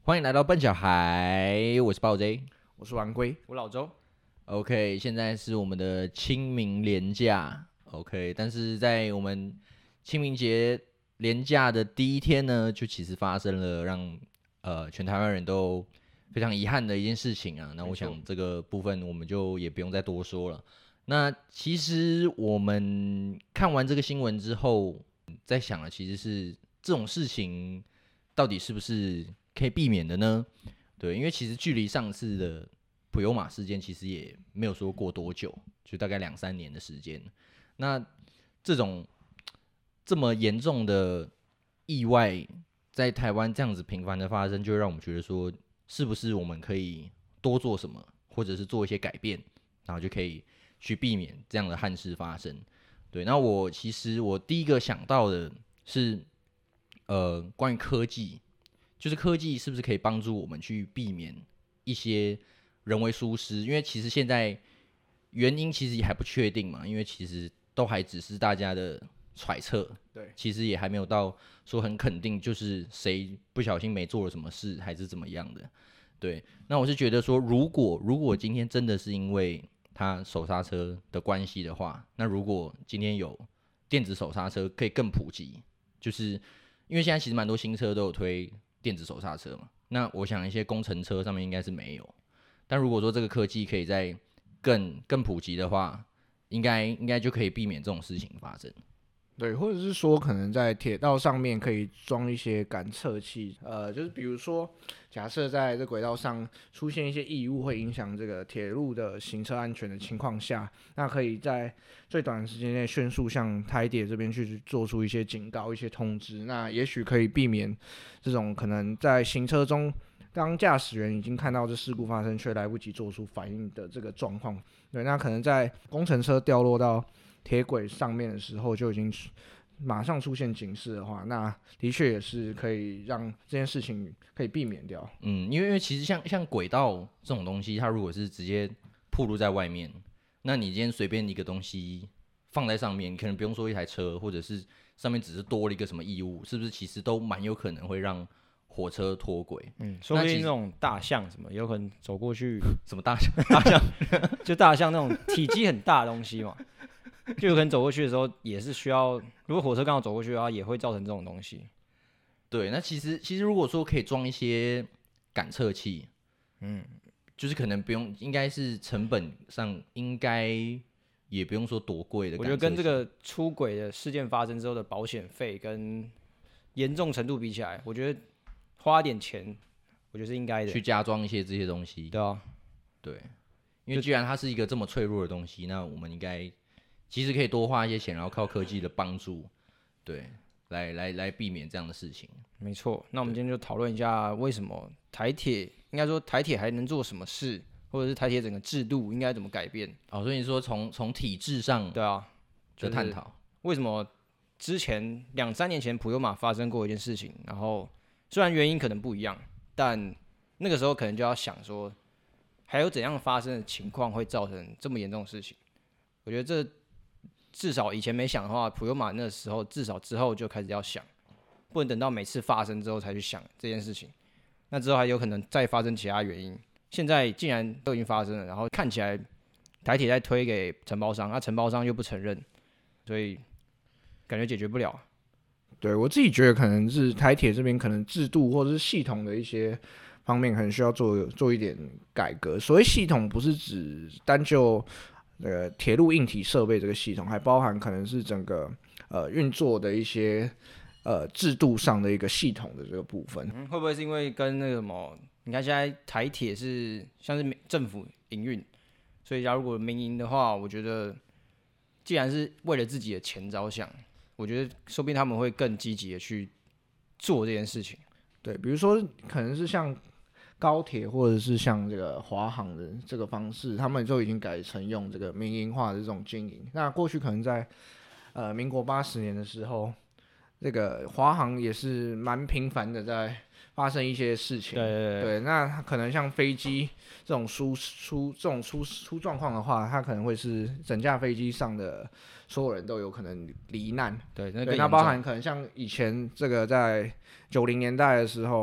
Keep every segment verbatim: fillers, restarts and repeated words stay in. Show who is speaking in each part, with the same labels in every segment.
Speaker 1: 欢迎来到笨小孩，我是暴 J，
Speaker 2: 我是玩龟，
Speaker 3: 我老周。
Speaker 1: OK， 现在是我们的清明连假 ，OK， 但是在我们清明节连假的第一天呢，就其实发生了让呃全台湾人都非常遗憾的一件事情啊。那我想这个部分我们就也不用再多说了。那其实我们看完这个新闻之后，在想了，其实是这种事情到底是不是可以避免的呢？对，因为其实距离上次的普悠玛事件其实也没有说过多久，就大概两三年的时间。那这种这么严重的意外，在台湾这样子频繁的发生，就会让我们觉得说，是不是我们可以多做什么，或者是做一些改变，然后就可以去避免这样的憾事发生。对，那我其实我第一个想到的是，呃，关于科技，就是科技是不是可以帮助我们去避免一些人为疏失？因为其实现在原因其实也还不确定嘛，因为其实都还只是大家的揣测，
Speaker 2: 对，
Speaker 1: 其实也还没有到说很肯定，就是谁不小心没做了什么事，还是怎么样的。对，那我是觉得说，如果如果今天真的是因为他手刹车的关系的话，那如果今天有电子手刹车可以更普及，就是因为现在其实蛮多新车都有推电子手刹车嘛，那我想一些工程车上面应该是没有，但如果说这个科技可以在更更普及的话，应该应该就可以避免这种事情发生。
Speaker 2: 对，或者是说可能在铁道上面可以装一些感测器，呃，就是比如说，假设在这轨道上出现一些异物会影响这个铁路的行车安全的情况下，那可以在最短的时间内迅速向台铁这边去做出一些警告、一些通知，那也许可以避免这种可能在行车中，当驾驶员已经看到这事故发生却来不及做出反应的这个状况。对，那可能在工程车掉落到铁轨上面的时候就已经马上出现警示的话，那的确也是可以让这件事情可以避免掉。
Speaker 1: 嗯，因为因为其实像像轨道这种东西，它如果是直接暴露在外面，那你今天随便一个东西放在上面，你可能不用说一台车，或者是上面只是多了一个什么异物，是不是其实都蛮有可能会让火车脱轨？
Speaker 3: 嗯，说不定那种大象什么，有可能走过去，
Speaker 1: 什么大象？大象
Speaker 3: 就大象那种体积很大的东西嘛，就有可能走过去的时候也是需要，如果火车刚好走过去的话，也会造成这种东西。
Speaker 1: 对，那其实其实如果说可以装一些感测器，
Speaker 3: 嗯，
Speaker 1: 就是可能不用，应该是成本上应该也不用说多贵的感测器。
Speaker 3: 我觉得跟这个出轨的事件发生之后的保险费跟严重程度比起来，我觉得花点钱，我觉得是应该的。
Speaker 1: 去加装一些这些东西。
Speaker 3: 对啊，
Speaker 1: 对，因为既然它是一个这么脆弱的东西，那我们应该其实可以多花一些钱，然后靠科技的帮助，对，来来来避免这样的事情。
Speaker 3: 没错。那我们今天就讨论一下，为什么台铁应该说台铁还能做什么事，或者是台铁整个制度应该怎么改变？
Speaker 1: 哦，所以你说从从体制上
Speaker 3: 对啊
Speaker 1: 的探讨，
Speaker 3: 为什么之前两三年前普悠玛发生过一件事情，然后虽然原因可能不一样，但那个时候可能就要想说，还有怎样发生的情况会造成这么严重的事情？我觉得这至少以前没想的话，普悠玛那时候至少之后就开始要想，不能等到每次发生之后才去想这件事情。那之后还有可能再发生其他原因。现在既然都已经发生了，然后看起来台铁在推给承包商，那、啊、承包商又不承认，所以感觉解决不了。
Speaker 2: 对，我自己觉得可能是台铁这边可能制度或者是系统的一些方面可能需要做做一点改革。所谓系统不是指单就呃铁路硬体设备这个系统，还包含可能是整个呃运作的一些呃制度上的一个系统的这个部分。
Speaker 3: 嗯，会不会是因为跟那个什么？你看现在台铁是像是政府营运，所以假如果民营的话，我觉得既然是为了自己的钱着想，我觉得说不定他们会更积极的去做这件事情。
Speaker 2: 对，比如说可能是像高铁或者是像这个华航的这个方式，他们就已经改成用这个民营化的这种经营。那过去可能在呃民国八十年的时候，这个华航也是蛮频繁的在发生一些事情。
Speaker 3: 对对 对,
Speaker 2: 对，那可能像飞机这种出出这种出出状况的话，它可能会是整架飞机上的所有人都有可能罹难。
Speaker 3: 对，那
Speaker 2: 对，那包含可能像以前这个在九零年代的时候，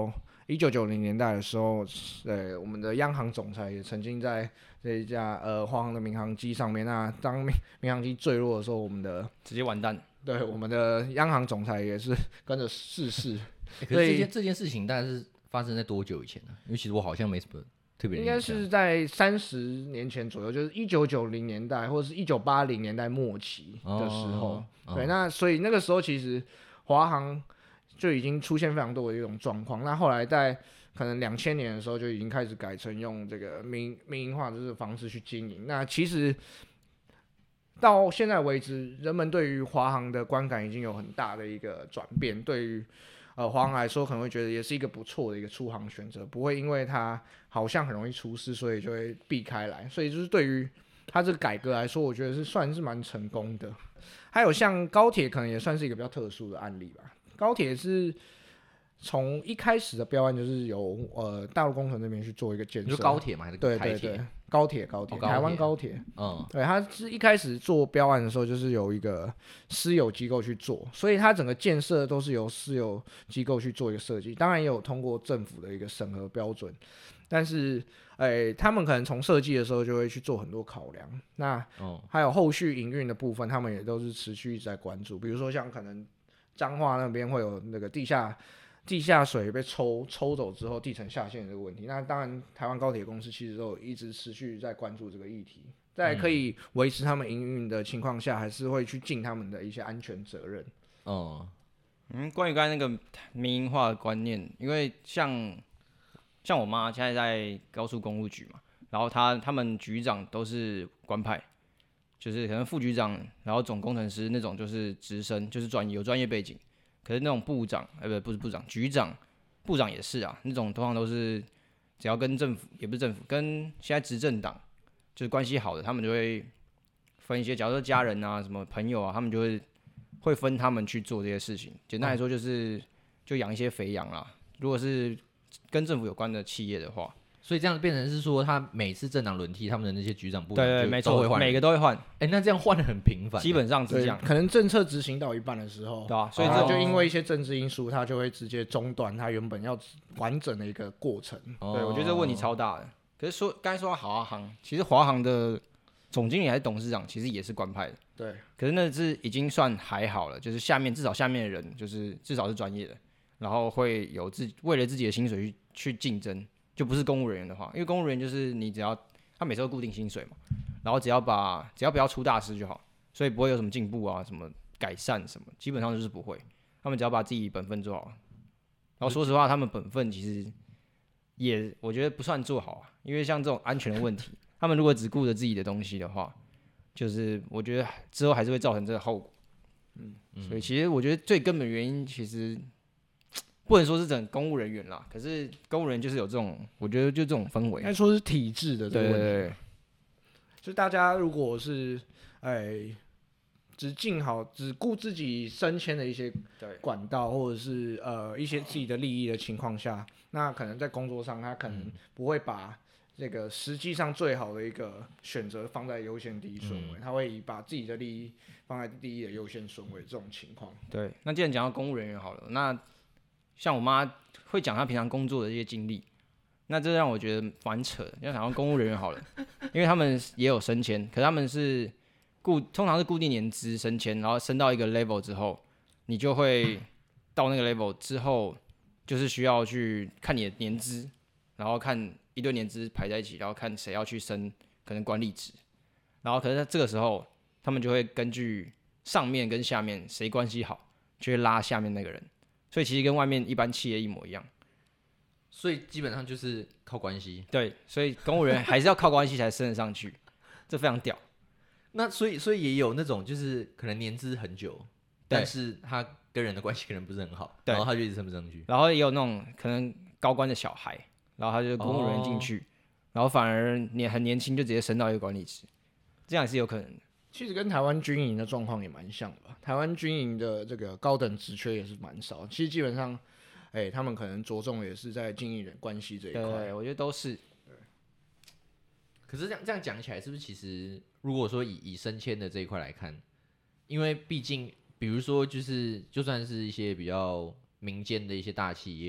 Speaker 2: 一九九零年代的时候，呃，我们的央行总裁也曾经在这一架呃华航的民航机上面。那当民民航机坠落的时候，我们的
Speaker 3: 直接完蛋。
Speaker 2: 对，我们的央行总裁也是跟着逝世。
Speaker 1: 欸、可是这件这件事情大概是发生在多久以前呢、啊？因为其实我好像没什么特别。
Speaker 2: 应该是在三十年前左右，就是一九九零年代或者是一九八零年代末期的时候。哦哦、对，那所以那个时候其实华航就已经出现非常多的一种状况。那后来在可能两千年的时候就已经开始改成用这个民民营化的这个方式去经营。那其实到现在为止，人们对于华航的观感已经有很大的一个转变。对于呃华航来说，可能会觉得也是一个不错的一个出航选择，不会因为它好像很容易出事，所以就会避开来。所以就是对于它这个改革来说，我觉得是算是蛮成功的。还有像高铁，可能也算是一个比较特殊的案例吧。高铁是从一开始的标案就是由呃大陆工程这边去做一个建设。
Speaker 1: 你说高铁吗？还是
Speaker 2: 对
Speaker 1: 台铁？
Speaker 2: 对对，高铁高铁，
Speaker 1: 哦、
Speaker 2: 台湾高铁。
Speaker 1: 嗯，
Speaker 2: 对，它是一开始做标案的时候，就是由一个私有机构去做，所以它整个建设都是由私有机构去做一个设计，当然也有通过政府的一个审核标准，但是，诶、欸，他们可能从设计的时候就会去做很多考量。那还有后续营运的部分，他们也都是持续在关注，比如说像可能彰化那边会有那个地下。地下水被抽抽走之后，地层下陷这个问题，那当然台湾高铁公司其实都有一直持续在关注这个议题，在可以维持他们营运的情况下，还是会去尽他们的一些安全责任。
Speaker 3: 哦，嗯，关于刚才那个民营化的观念，因为像像我妈现在在高速公路局嘛，然后他他们局长都是官派，就是可能副局长，然后总工程师那种就是直升，就是专有专业背景。可是那种部长，哎、欸，不，不是部长，局长、部长也是啊。那种通常都是只要跟政府，也不是政府，跟现在执政党就是关系好的，他们就会分一些，假如说家人啊、什么朋友啊，他们就会会分他们去做这些事情。简单来说，就是就养一些肥羊啦。如果是跟政府有关的企业的话。
Speaker 1: 所以这样变成是说，他每次政党轮替，他们的那些局长部长
Speaker 3: 对对，没错，每个都会换。
Speaker 1: 哎、欸，那这样换的很频繁，
Speaker 3: 基本上是这样。
Speaker 2: 可能政策执行到一半的时候，
Speaker 3: 对啊，
Speaker 2: 所以他就因为一些政治因素，他就会直接中断他原本要完整的一个过程。
Speaker 3: 哦、对，我觉得这个问题超大的。可是说刚才说到华航，其实华航的总经理还是董事长，其实也是官派的。
Speaker 2: 对。
Speaker 3: 可是那是已经算还好了，就是下面至少下面的人就是至少是专业的，然后会有自为了自己的薪水去去竞争。就不是公务人员的话，因为公务人员就是你只要他每次都固定薪水嘛，然后只要把只要不要出大事就好，所以不会有什么进步啊、什么改善什么，基本上就是不会。他们只要把自己本分做好，然后说实话，他们本分其实也我觉得不算做好啊，因为像这种安全的问题，他们如果只顾着自己的东西的话，就是我觉得之后还是会造成这个后果。嗯，所以其实我觉得最根本原因其实。不能说是整公务人员啦，可是公务人员就是有这种，我觉得就这种氛围，
Speaker 2: 应该说是体制的这个问题。
Speaker 3: 对对对，
Speaker 2: 就大家如果是哎，只尽好只顾自己升迁的一些管道，或者是呃一些自己的利益的情况下，那可能在工作上他可能不会把这个实际上最好的一个选择放在优先第一顺位，嗯、他会以把自己的利益放在第一的优先顺位这种情况。
Speaker 3: 对，那既然讲到公务人员好了，那像我妈会讲她平常工作的这些经历，那这让我觉得蛮扯的。要讲到公务人员好了，因为他们也有升迁，可是他们是固通常是固定年资升迁，然后升到一个 level 之后，你就会到那个 level 之后，就是需要去看你的年资，然后看一堆年资排在一起，然后看谁要去升可能管理职，然后可是在这个时候，他们就会根据上面跟下面谁关系好，就会拉下面那个人。所以其实跟外面一般企业一模一样，
Speaker 1: 所以基本上就是靠关系。
Speaker 3: 对，所以公务员还是要靠关系才升得上去，这非常屌。
Speaker 1: 那所以所以也有那种就是可能年资很久，但是他跟人的关系可能不是很好，然后他就一直升不上去。
Speaker 3: 然后也有那种可能高官的小孩，然后他就公务人员进去，哦、然后反而你很年轻就直接升到一个管理职，这样也是有可能的。
Speaker 2: 其实跟台湾军营的状况也蛮像的吧，台湾军营的这个高等职缺也是蛮少，其实基本上，哎、欸，他们可能着重也是在经营人关系这一块。
Speaker 3: 对，我觉得都是。
Speaker 1: 可是这样这样讲起来，是不是其实如果说以以升迁的这一块来看，因为毕竟比如说就是就算是一些比较民间的一些大企业，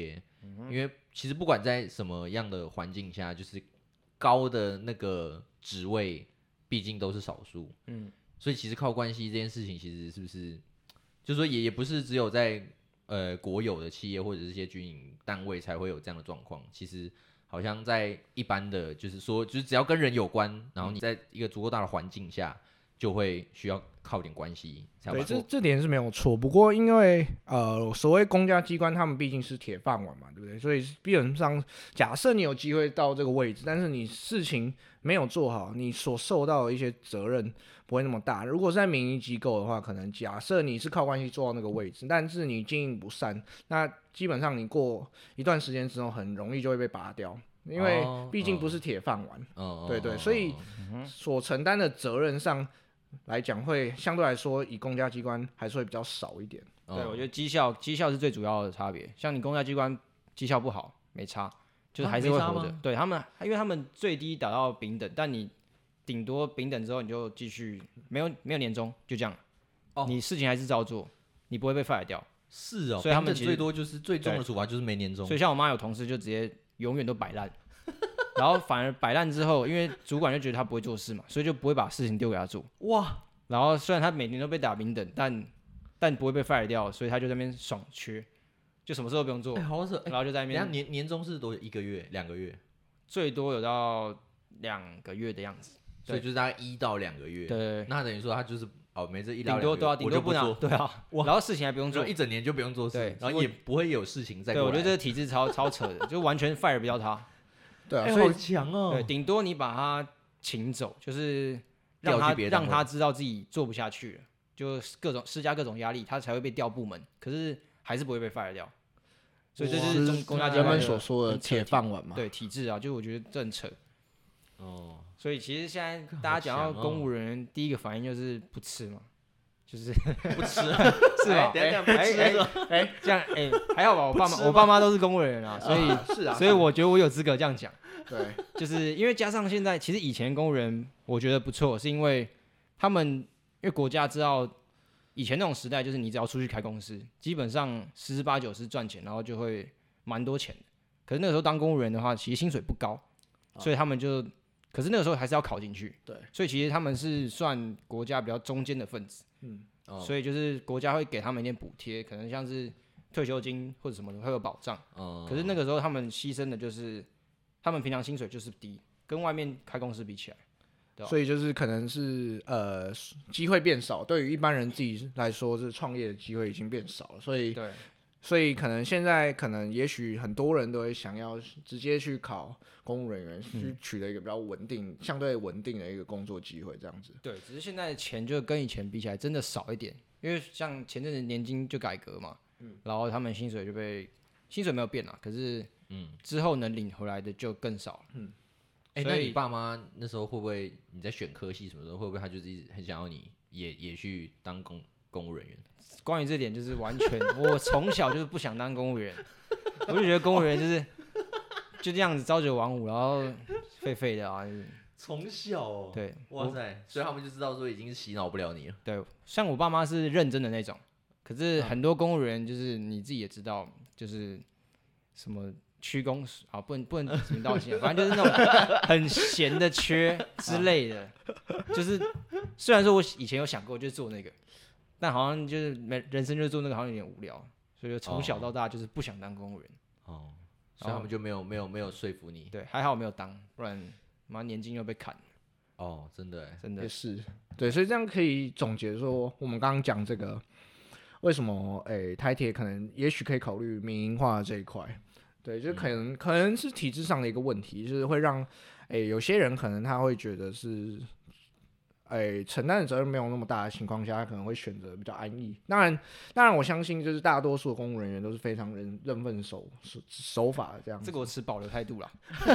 Speaker 1: 嗯、因为其实不管在什么样的环境下，就是高的那个职位，毕竟都是少数。嗯，所以其实靠关系这件事情，其实是不是，就是说也也不是只有在呃国有的企业或者是一些军营单位才会有这样的状况，其实。好像在一般的，就是说，就是只要跟人有关，然后你在一个足够大的环境下，就会需要靠点关系。
Speaker 2: 对，这这点是没有错。不过因为呃，所谓公家机关，他们毕竟是铁饭碗嘛，对不对？所以基本上，假设你有机会到这个位置，但是你事情没有做好，你所受到的一些责任不会那么大。如果是在民营机构的话，可能假设你是靠关系做到那个位置，但是你经营不善，那基本上你过一段时间之后，很容易就会被拔掉。因为毕竟不是铁饭碗，哦、对对，所以所承担的责任上来讲，会相对来说以公家机关还是会比较少一点。
Speaker 3: 对，我觉得绩效绩效是最主要的差别。像你公家机关绩效不好，没差，就是还是会活着。啊、对他们，因为他们最低达到丙等，但你顶多丙等之后，你就继续没有没有年终，就这样。哦、你事情还是照做，你不会被 fire 掉。
Speaker 1: 是哦，
Speaker 3: 所以他们
Speaker 1: 最多就是最重的处罚就是没年终。
Speaker 3: 所以像我妈有同事就直接永远都摆烂，然后反而摆烂之后，因为主管就觉得他不会做事嘛，所以就不会把事情丢给他做。哇！然后虽然他每年都被打丙等，但但不会被 fire 掉，所以他就在那边爽缺，就什么事都不用做。
Speaker 1: 哎、欸，好扯！
Speaker 3: 然后就在那边。
Speaker 1: 年年终是多一个月、两个月，
Speaker 3: 最多有到两个月的样子，
Speaker 1: 所以就是大概一到两个月。
Speaker 3: 对, 对, 对，
Speaker 1: 那等于说他就是。哦，没这一两
Speaker 3: 顶多对啊，顶多不拿，对啊，然后事情还不用做，
Speaker 1: 一整年就不用做事，然后也不会有事情再过来。
Speaker 3: 对，我觉得这个体制超超扯的，就完全 fire 不掉他。
Speaker 2: 对啊，
Speaker 1: 所以好强哦。
Speaker 3: 对，顶多你把他请走，就是让他让他知道自己做不下去了，就各种施加各种压力，他才会被调部门。可是还是不会被 fire 掉。所以这就是中公家机关
Speaker 2: 所说的铁饭碗嘛。
Speaker 3: 对，体制啊，就我觉得这很扯。哦。所以其实现在大家讲到公务人员，第一个反应就是不吃嘛。就是
Speaker 1: 不吃，
Speaker 3: 是吧？
Speaker 1: 等一下不吃，
Speaker 3: 哎，这样哎，还好吧。我爸妈，我爸妈都是公务人员啊，所以
Speaker 2: 是啊，
Speaker 3: 所以我觉得我有资格这样讲。
Speaker 2: 对，
Speaker 3: 就是因为加上现在，其实以前公务人我觉得不错，是因为他们因为国家知道以前那种时代，就是你只要出去开公司，基本上十之八九是赚钱，然后就会蛮多钱的。可是那个时候当公务员的话，其实薪水不高，所以他们就，可是那个时候还是要考进去。
Speaker 2: 对，
Speaker 3: 所以其实他们是算国家比较中间的分子。嗯，哦、所以就是国家会给他们一点补贴，可能像是退休金或者什么的会有保障。哦、可是那个时候他们牺牲的就是，他们平常薪水就是低，跟外面开公司比起来，对
Speaker 2: 所以就是可能是呃机会变少，对于一般人自己来说，是创业的机会已经变少了，所以
Speaker 3: 对。
Speaker 2: 所以可能现在可能也许很多人都会想要直接去考公务人员，去、嗯、取得一个比较稳定、相对稳定的一个工作机会，这样子。
Speaker 3: 对，只是现在的钱就跟以前比起来真的少一点，因为像前阵子年金就改革嘛，嗯、然后他们薪水就被薪水没有变啦，可是嗯之后能领回来的就更少了。嗯，
Speaker 1: 哎、欸，那你爸妈那时候会不会你在选科系什么的，会不会他就是很想要你也也去当公公务人员？
Speaker 3: 关于这点就是完全，我从小就是不想当公务员，我就觉得公务员就是就这样子朝九晚五，然后废废的啊。
Speaker 1: 从小哦，
Speaker 3: 对，
Speaker 1: 哇塞，所以他们就知道说已经洗脑不了你了。
Speaker 3: 对，像我爸妈是认真的那种，可是很多公务员就是你自己也知道，就是什么区公啊，不能不能指名道姓，反正就是那种很闲的缺之类的，就是虽然说我以前有想过就做那个。但好像就是没人生就做那个好像有点无聊，所以就从小到大就是不想当公务员。
Speaker 1: 哦，所以他们就没有没有没有说服你。
Speaker 3: 对，还好没有当，不然妈年金又被砍。
Speaker 1: 哦，真的
Speaker 3: 真的
Speaker 2: 也是。对，所以这样可以总结说，我们刚刚讲这个为什么诶台铁可能也许可以考虑民营化这一块。对，就可能、嗯、可能是体制上的一个问题，就是会让诶有些人可能他会觉得是。哎，承担的责任没有那么大的情况下，他可能会选择比较安逸。当然，当然，我相信就是大多数的公务人员都是非常认认份守守守法的这样子。
Speaker 3: 这个我持保留态度啦。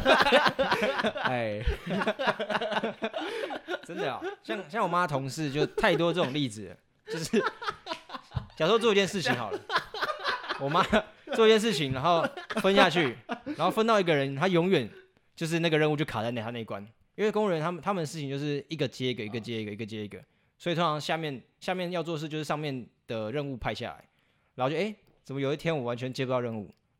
Speaker 2: 哎，
Speaker 3: 真的啊，像像我妈同事就太多这种例子了，就是假如说做一件事情好了，我妈做一件事情，然后分下去，然后分到一个人，他永远就是那个任务就卡在那他那一关。因为公务人员他们他们的事情就是一个接一个，一个接一个，一个接一个，所以通常下面下面要做事就是上面的任务派下来，然后就哎、欸、怎么有一天我完全接不到任务，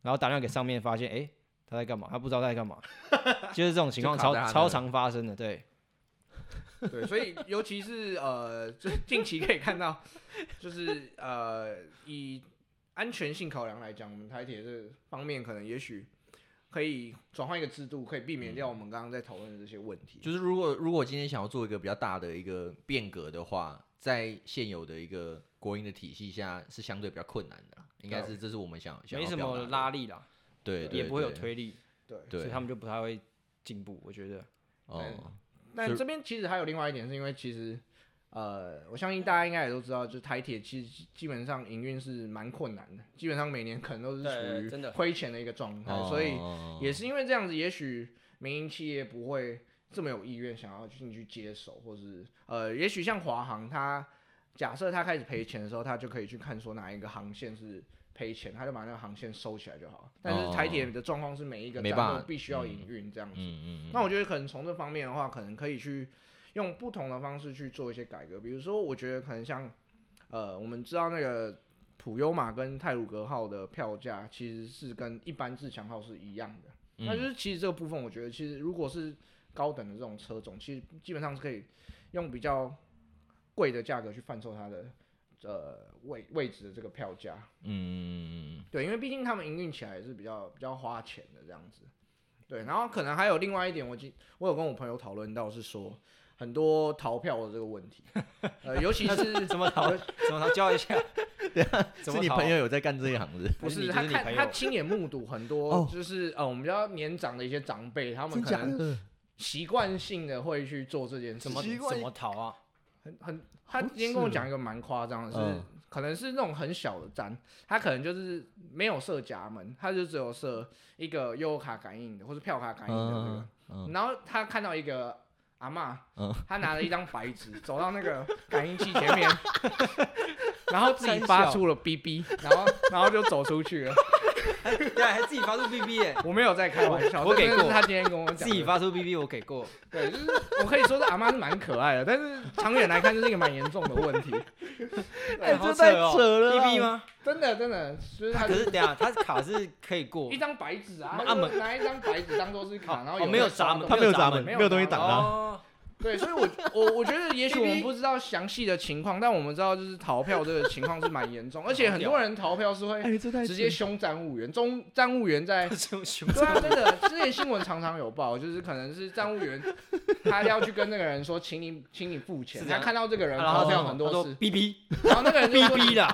Speaker 3: 然后打电话给上面，发现哎、欸、他在干嘛，他不知道他在干嘛，就是这种情况超超常发生的，对。
Speaker 2: 对，所以尤其是呃，就近期可以看到，就是呃，以安全性考量来讲，我们台铁这方面可能也许可以转换一个制度，可以避免掉我们刚刚在讨论的这些问题。
Speaker 1: 就是如果如果今天想要做一个比较大的一个变革的话，在现有的一个国营的体系下是相对比较困难的，应该是这是我们想想
Speaker 3: 没什么拉力啦，
Speaker 1: 对，
Speaker 3: 也不会有推力，
Speaker 2: 对，
Speaker 3: 所以他们就不太会进步，我觉得。
Speaker 1: 哦。
Speaker 2: 但这边其实还有另外一点，是因为其实，呃，我相信大家应该也都知道，就是台铁其实基本上营运是蛮困难的，基本上每年可能都是处于亏钱的一个状态，所以也是因为这样子，也许民营企业不会这么有意愿想要进去接手，或是呃，也许像华航，它假设它开始赔钱的时候，它就可以去看说哪一个航线是赔钱，他就把那个航线收起来就好。但是台铁的状况是每一个站都必须要营运这样子。嗯嗯嗯、那我觉得可能从这方面的话，可能可以去用不同的方式去做一些改革。比如说，我觉得可能像呃，我们知道那个普悠玛跟太鲁阁号的票价其实是跟一般自强号是一样的。嗯、那就是其实这个部分，我觉得其实如果是高等的这种车种，其实基本上是可以用比较贵的价格去贩售它的。呃，位位置的这个票价，嗯，对，因为毕竟他们营运起来也是比较比较花钱的这样子，对，然后可能还有另外一点我，我我有跟我朋友讨论到是说很多逃票的这个问题，呃，尤其是
Speaker 3: 怎么逃，怎么逃，教一下，
Speaker 1: 对啊，是你朋友有在干这一行子？
Speaker 2: 不是，他看他亲眼目睹很多，就是、哦、呃，我们比较年长的一些长辈，他们可能习惯性的会去做这件事，
Speaker 3: 怎么怎么逃啊？
Speaker 2: 很很，他今天跟我讲一个蛮夸张的是，嗯、可能是那种很小的站，他可能就是没有设闸门，他就只有设一个悠游卡感应的或是票卡感应的那个，嗯嗯、然后他看到一个阿嬷，嗯、他拿了一张白纸走到那个感应器前面，然后自己发出了哔哔，然后然后就走出去了。
Speaker 3: 对，还自己发出 B B 耶！
Speaker 2: 我没有在开玩笑，
Speaker 3: 我给过。
Speaker 2: 他今天跟我讲，
Speaker 3: 自己发出 B B， 我给过。
Speaker 2: 对，就是我可以说这阿嬷是蛮可爱的，但是长远来看，这是一个蛮严重的问题。
Speaker 1: 哎、欸，这太扯了、啊、
Speaker 3: ！B B 吗？
Speaker 2: 真的真的，就是他。
Speaker 3: 可是等下，他卡是可以过。
Speaker 2: 一张白纸啊，他拿一张白纸当做是卡，然后有、
Speaker 3: 哦、没有闸门，
Speaker 1: 他没有闸门，
Speaker 2: 没
Speaker 1: 有东西挡他。
Speaker 2: 哦对，所以我，我我我觉得，也许我们不知道详细的情况，但我们知道，就是逃票这个情况是蛮严重，而且很多人逃票是会直接凶站务员，中站务员在，对啊，真的，之前新闻常常有报，就是可能是站务员他要去跟那个人说，请你，请你付钱，他看到这个人逃票很多次，
Speaker 3: 哔哔，
Speaker 2: 然后那个人就
Speaker 3: 哔哔啦，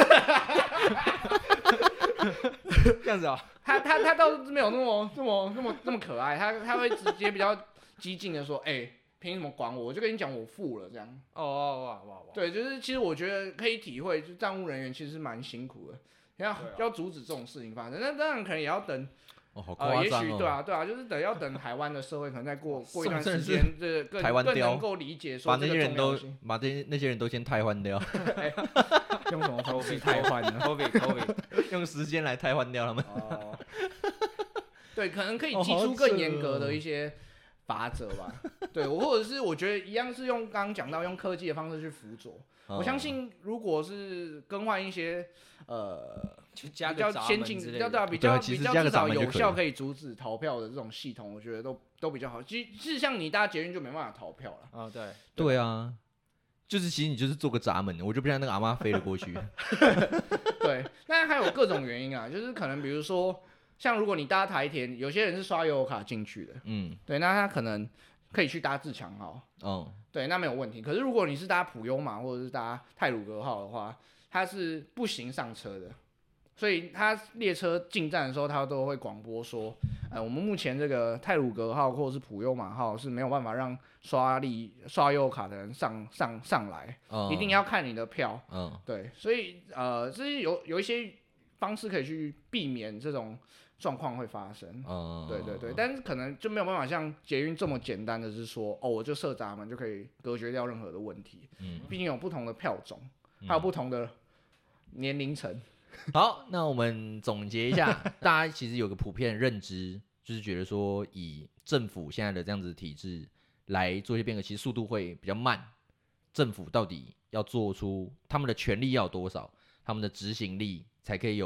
Speaker 3: 这样子啊，
Speaker 2: 他他他倒是没有那么这么那么那么可爱，他他会直接比较激进的说，哎、欸。凭什么管我？我就跟你讲，我付了这样。
Speaker 3: 哦哦哇哇哇！
Speaker 2: 对，就是其实我觉得可以体会，就站务人员其实蛮辛苦的，要、啊、要阻止这种事情发生。那当然可能也要等，
Speaker 1: 哦，好夸张哦。
Speaker 2: 呃，也许对啊对啊，就是等要等台湾的社会可能再过过一段时间，这更
Speaker 1: 台湾
Speaker 2: 更能够理解说
Speaker 1: 把那些人都把这那些人都先汰换掉。
Speaker 2: 欸、用什么方式汰换呢
Speaker 3: ？Covid Covid，
Speaker 1: 用时间来汰换掉他们。
Speaker 2: 哦，对，可能可以提出更严格的一些。法则吧，对，我或者是我觉得一样是用刚刚讲到用科技的方式去辅佐。哦、我相信如果是更换一些呃
Speaker 3: 比较
Speaker 2: 先进、比较大、比较比较至少有效可以阻止逃票的这种系统，我觉得都都比较好。其实像你搭捷运就没办法逃票了。
Speaker 3: 啊、哦，对，
Speaker 1: 对啊，就是其实你就是做个闸门，我就不让那个阿嬷飞了过去。
Speaker 2: 对，那还有各种原因啊，就是可能比如说。像如果你搭台铁，有些人是刷悠游卡进去的，嗯，对，那他可能可以去搭自强号，哦，对，那没有问题。可是如果你是搭普悠玛或者是搭太鲁阁号的话，它是不行上车的，所以他列车进站的时候，他都会广播说，呃，我们目前这个太鲁阁号或者是普悠玛号是没有办法让刷力刷悠游卡的人上上上来，哦，一定要看你的票，嗯，对，所以呃，这是有有一些方式可以去避免这种。状况会发生，嗯，对对对，但是可能就没有办法像捷运这么简单的是说，哦，我就设闸门就可以隔绝掉任何的问题，嗯，毕竟有不同的票种，还有不同的年龄层。
Speaker 1: 好，那我们总结一下，大家其实有个普遍认知，就是觉得说，以政府现在的这样子的体制来做一些变革，其实速度会比较慢。政府到底要做出他们的权力要有多少，他们的执行力才可以有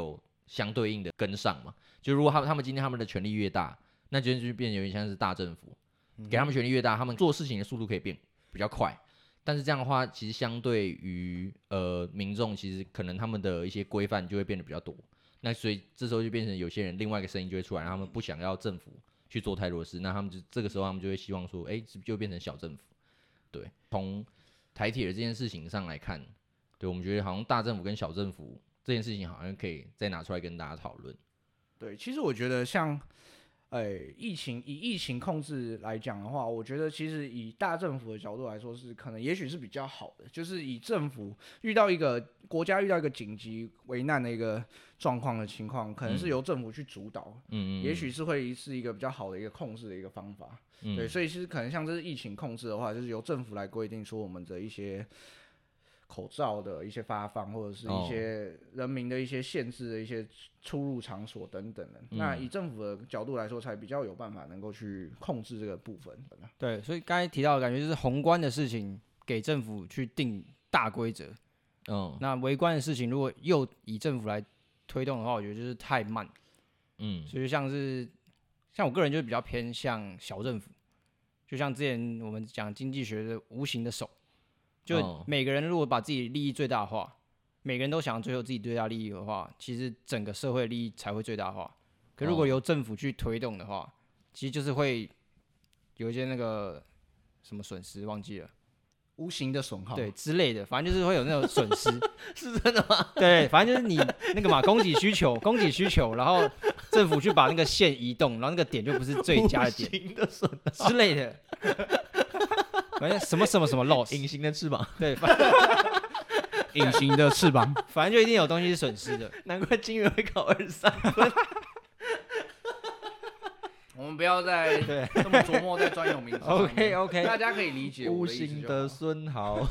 Speaker 1: 相对应的跟上嘛。就如果他们他们今天他们的权力越大，那就就变得有点像是大政府，给他们权力越大，他们做事情的速度可以变比较快。但是这样的话，其实相对于呃民众，其实可能他们的一些规范就会变得比较多。那所以这时候就变成有些人另外一个声音就会出来，他们不想要政府去做太多的事，那他们就这个时候他们就会希望说，哎、欸，就变成小政府。对，从台铁的这件事情上来看，对我们觉得好像大政府跟小政府这件事情好像可以再拿出来跟大家讨论。
Speaker 2: 对，其实我觉得像。哎，疫情以疫情控制来讲的话，我觉得其实以大政府的角度来说是可能也许是比较好的，就是以政府遇到一个国家遇到一个紧急危难的一个状况的情况，可能是由政府去主导，嗯嗯，也许是会是一个比较好的一个控制的一个方法，嗯，对，所以其实可能像这是疫情控制的话，就是由政府来规定说我们的一些。口罩的一些发放，或者是一些人民的一些限制的一些出入场所等等的，嗯、那以政府的角度来说，才比较有办法能够去控制这个部分。
Speaker 3: 对，所以刚才提到的感觉就是宏观的事情给政府去定大规则，嗯，那微观的事情如果又以政府来推动的话，我觉得就是太慢，嗯，所以就像是像我个人就比较偏向小政府，就像之前我们讲经济学的无形的手。就每个人如果把自己利益最大化，每个人都想要追求自己最大利益的话，其实整个社会利益才会最大化。可如果由政府去推动的话，其实就是会有一些那个什么损失，忘记了，
Speaker 2: 无形的损耗，
Speaker 3: 对之类的，反正就是会有那种损失。
Speaker 1: 是真的吗？
Speaker 3: 对，反正就是你那个嘛，供给需求，供给需求，然后政府去把那个线移动，然后那个点就不是最佳的点，
Speaker 1: 无形的损
Speaker 3: 耗之类的。反正什么什么什么 loss，
Speaker 1: 隐形的翅膀，
Speaker 3: 对，
Speaker 2: 隐形的翅膀，
Speaker 3: 反正就一定有东西是损失的。
Speaker 1: 难怪金鱼会考二十三分。
Speaker 2: 我们不要再这么琢磨在专有名词。
Speaker 3: OK OK，
Speaker 2: 大家可以理解
Speaker 1: 无形的损耗。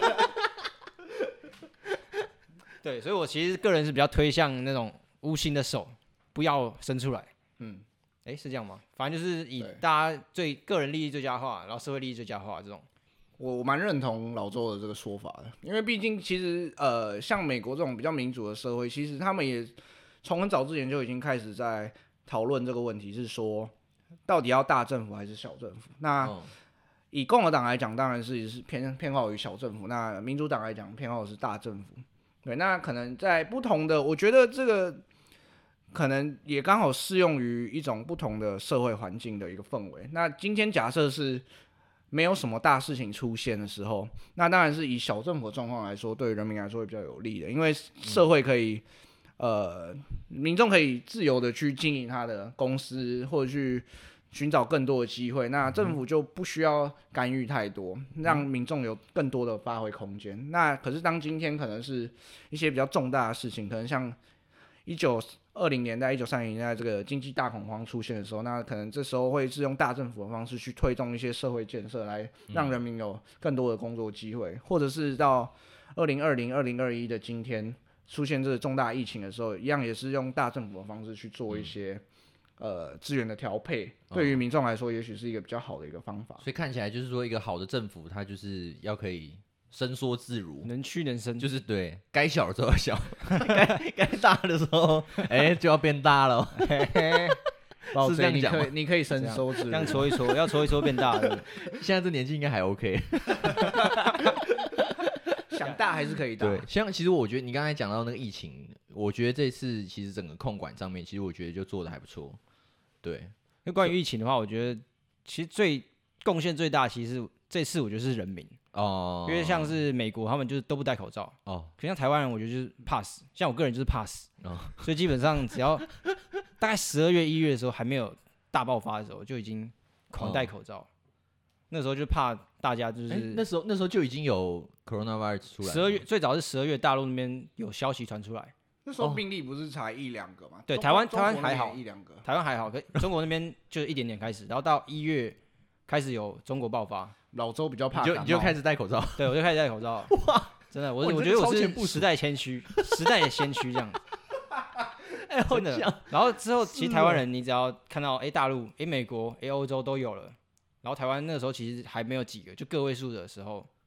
Speaker 3: 对，所以我其实个人是比较推向那种无形的手，不要伸出来。嗯。哎、欸，是这样吗？反正就是以大家最个人利益最佳化，然后社会利益最佳化这种。
Speaker 2: 我我蛮认同老周的这个说法的，因为毕竟其实呃，像美国这种比较民主的社会，其实他们也从很早之前就已经开始在讨论这个问题，是说到底要大政府还是小政府？那、哦、以共和党来讲，当然是是偏偏好于小政府；那民主党来讲，偏好的是大政府。对，那可能在不同的，我觉得这个。可能也刚好适用于一种不同的社会环境的一个氛围。那今天假设是没有什么大事情出现的时候，那当然是以小政府的状况来说，对于人民来说会比较有利的，因为社会可以，呃，民众可以自由的去经营他的公司，或者去寻找更多的机会。那政府就不需要干预太多，让民众有更多的发挥空间。那可是当今天可能是一些比较重大的事情，可能像一九二零年代、一九三零年代这个经济大恐慌出现的时候，那可能这时候会是用大政府的方式去推动一些社会建设，来让人民有更多的工作机会，嗯、或者是到二零二零、二零二一的今天出现这个重大疫情的时候，一样也是用大政府的方式去做一些、嗯、呃资源的调配，对于民众来说，也许是一个比较好的一个方法。
Speaker 1: 所以看起来就是说，一个好的政府，它就是要可以。伸缩自如，
Speaker 3: 能屈能伸，
Speaker 1: 就是对，该小的时候要小，该该大的时候，哎、欸，就要变大了。是这样讲吗？
Speaker 2: 你可以伸缩自如，
Speaker 3: 这样搓一搓，要搓一搓变大了。
Speaker 1: 现在这年纪应该还 OK。
Speaker 2: 想大还是可以大。
Speaker 1: 对，像其实我觉得你刚才讲到那个疫情，我觉得这次其实整个控管上面，其实我觉得就做的还不错。对，
Speaker 3: 那关于疫情的话，我觉得其实最贡献最大，其实这次我觉得是人民。哦，因为像是美国，他们就是都不戴口罩。哦，可像台湾人，我觉得就是怕死。像我个人就是怕死。哦，所以基本上只要大概十二月、一月的时候还没有大爆发的时候，就已经狂戴口罩。哦、那时候就怕大家就是、
Speaker 1: 欸、那时候那时候就已经有 coronavirus 出来了。
Speaker 3: 十二月最早是十二月，大陆那边有消息传出来。
Speaker 2: 那时候病例不是才一两个吗？
Speaker 3: 对，台湾台湾还好
Speaker 2: 一两个，
Speaker 3: 台湾还好，可中国那边就是一点点开始，然后到一月开始有中国爆发。
Speaker 2: 老周比较怕，
Speaker 1: 你就你就开始戴口罩，
Speaker 3: 对我就开始戴口罩。哇，真的，我我觉得我是时代先驱，时代的先驱这样。
Speaker 1: 哎，
Speaker 3: 真的。然后之后，其实台湾人，你只要看到哎大陆、哎美国、哎欧洲都有了，然后台湾那个时候其实还没有几个，就个位数的时候，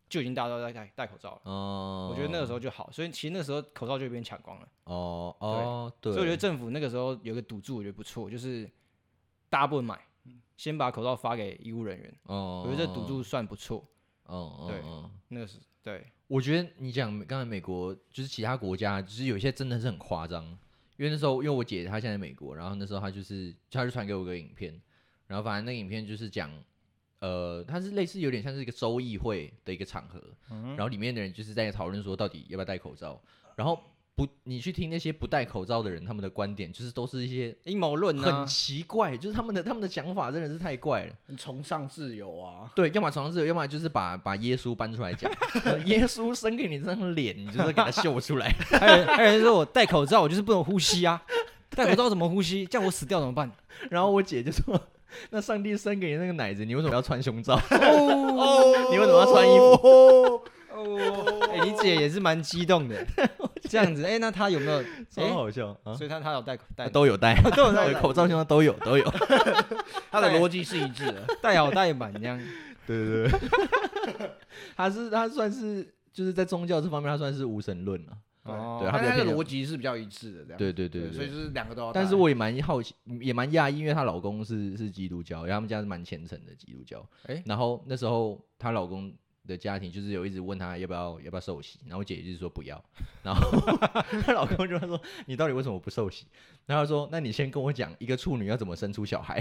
Speaker 3: 就已经大家都在戴戴口罩了。
Speaker 1: 哦，
Speaker 3: 我觉得那个时候就好，所以其实那时候口罩就被抢光了。
Speaker 1: 哦哦，对，
Speaker 3: 所以我觉得政府那个时候有个赌注，我觉得不错，就是大家不能买，先把口罩发给医务人员。
Speaker 1: 哦，
Speaker 3: 我觉得这赌注算不错。
Speaker 1: 哦，
Speaker 3: 对，
Speaker 1: 哦
Speaker 3: 那个是对。
Speaker 1: 我觉得你讲刚才美国，就是其他国家，就是有些真的是很夸张。因为那时候，因为我姐她现在在美国，然后那时候她就是，她就传给我个影片，然后反正那个影片就是讲，呃，它是类似有点像是一个州议会的一个场合，
Speaker 3: 嗯、
Speaker 1: 然后里面的人就是在讨论说到底要不要戴口罩，然后不，你去听那些不戴口罩的人，他们的观点就是都是一些
Speaker 3: 阴谋论啊，
Speaker 1: 很奇怪，就是他们的他们的想法真的是太怪了。
Speaker 2: 很崇尚自由啊，
Speaker 1: 对，要么崇尚自由，要么就是把把耶稣搬出来讲，耶稣生给你这张脸，你就是给他秀出来。
Speaker 3: 还有还有人说我戴口罩，我就是不能呼吸啊，戴口罩怎么呼吸？这样我死掉怎么办？
Speaker 1: 然后我姐就说：“那上帝生给你那个奶子，你为什么要穿胸罩？
Speaker 3: 哦，
Speaker 1: 你为什么要穿衣服？”
Speaker 3: 哦，哎、欸，你姐也是蛮激动的，这样子，哎、欸，那她有没有？
Speaker 1: 超好笑、
Speaker 3: 欸、
Speaker 1: 啊！
Speaker 3: 所以她她有戴戴
Speaker 1: 都有戴，
Speaker 3: 都有戴
Speaker 1: 口罩、胸罩都有都有。
Speaker 2: 他的逻辑是一致的，
Speaker 3: 戴好戴满这样。
Speaker 1: 对对对，他是他算是就是在宗教这方面，他算是无神论了。
Speaker 3: 哦，
Speaker 1: 对，
Speaker 2: 他
Speaker 1: 他
Speaker 2: 的逻辑是比较一致的，这样。
Speaker 1: 对对对
Speaker 2: 对，
Speaker 1: 对，
Speaker 2: 所以就是两个都要戴。
Speaker 1: 但是我也蛮好奇，也蛮讶异，因为她老公是是基督教，因为他们家是蛮虔诚的基督教。
Speaker 3: 欸、
Speaker 1: 然后那时候她老公的家庭就是有一直问她要不要要不要受洗，然后我姐就是说不要，然后她老公就说你到底为什么不受洗？然后她说那你先跟我讲一个处女要怎么生出小孩。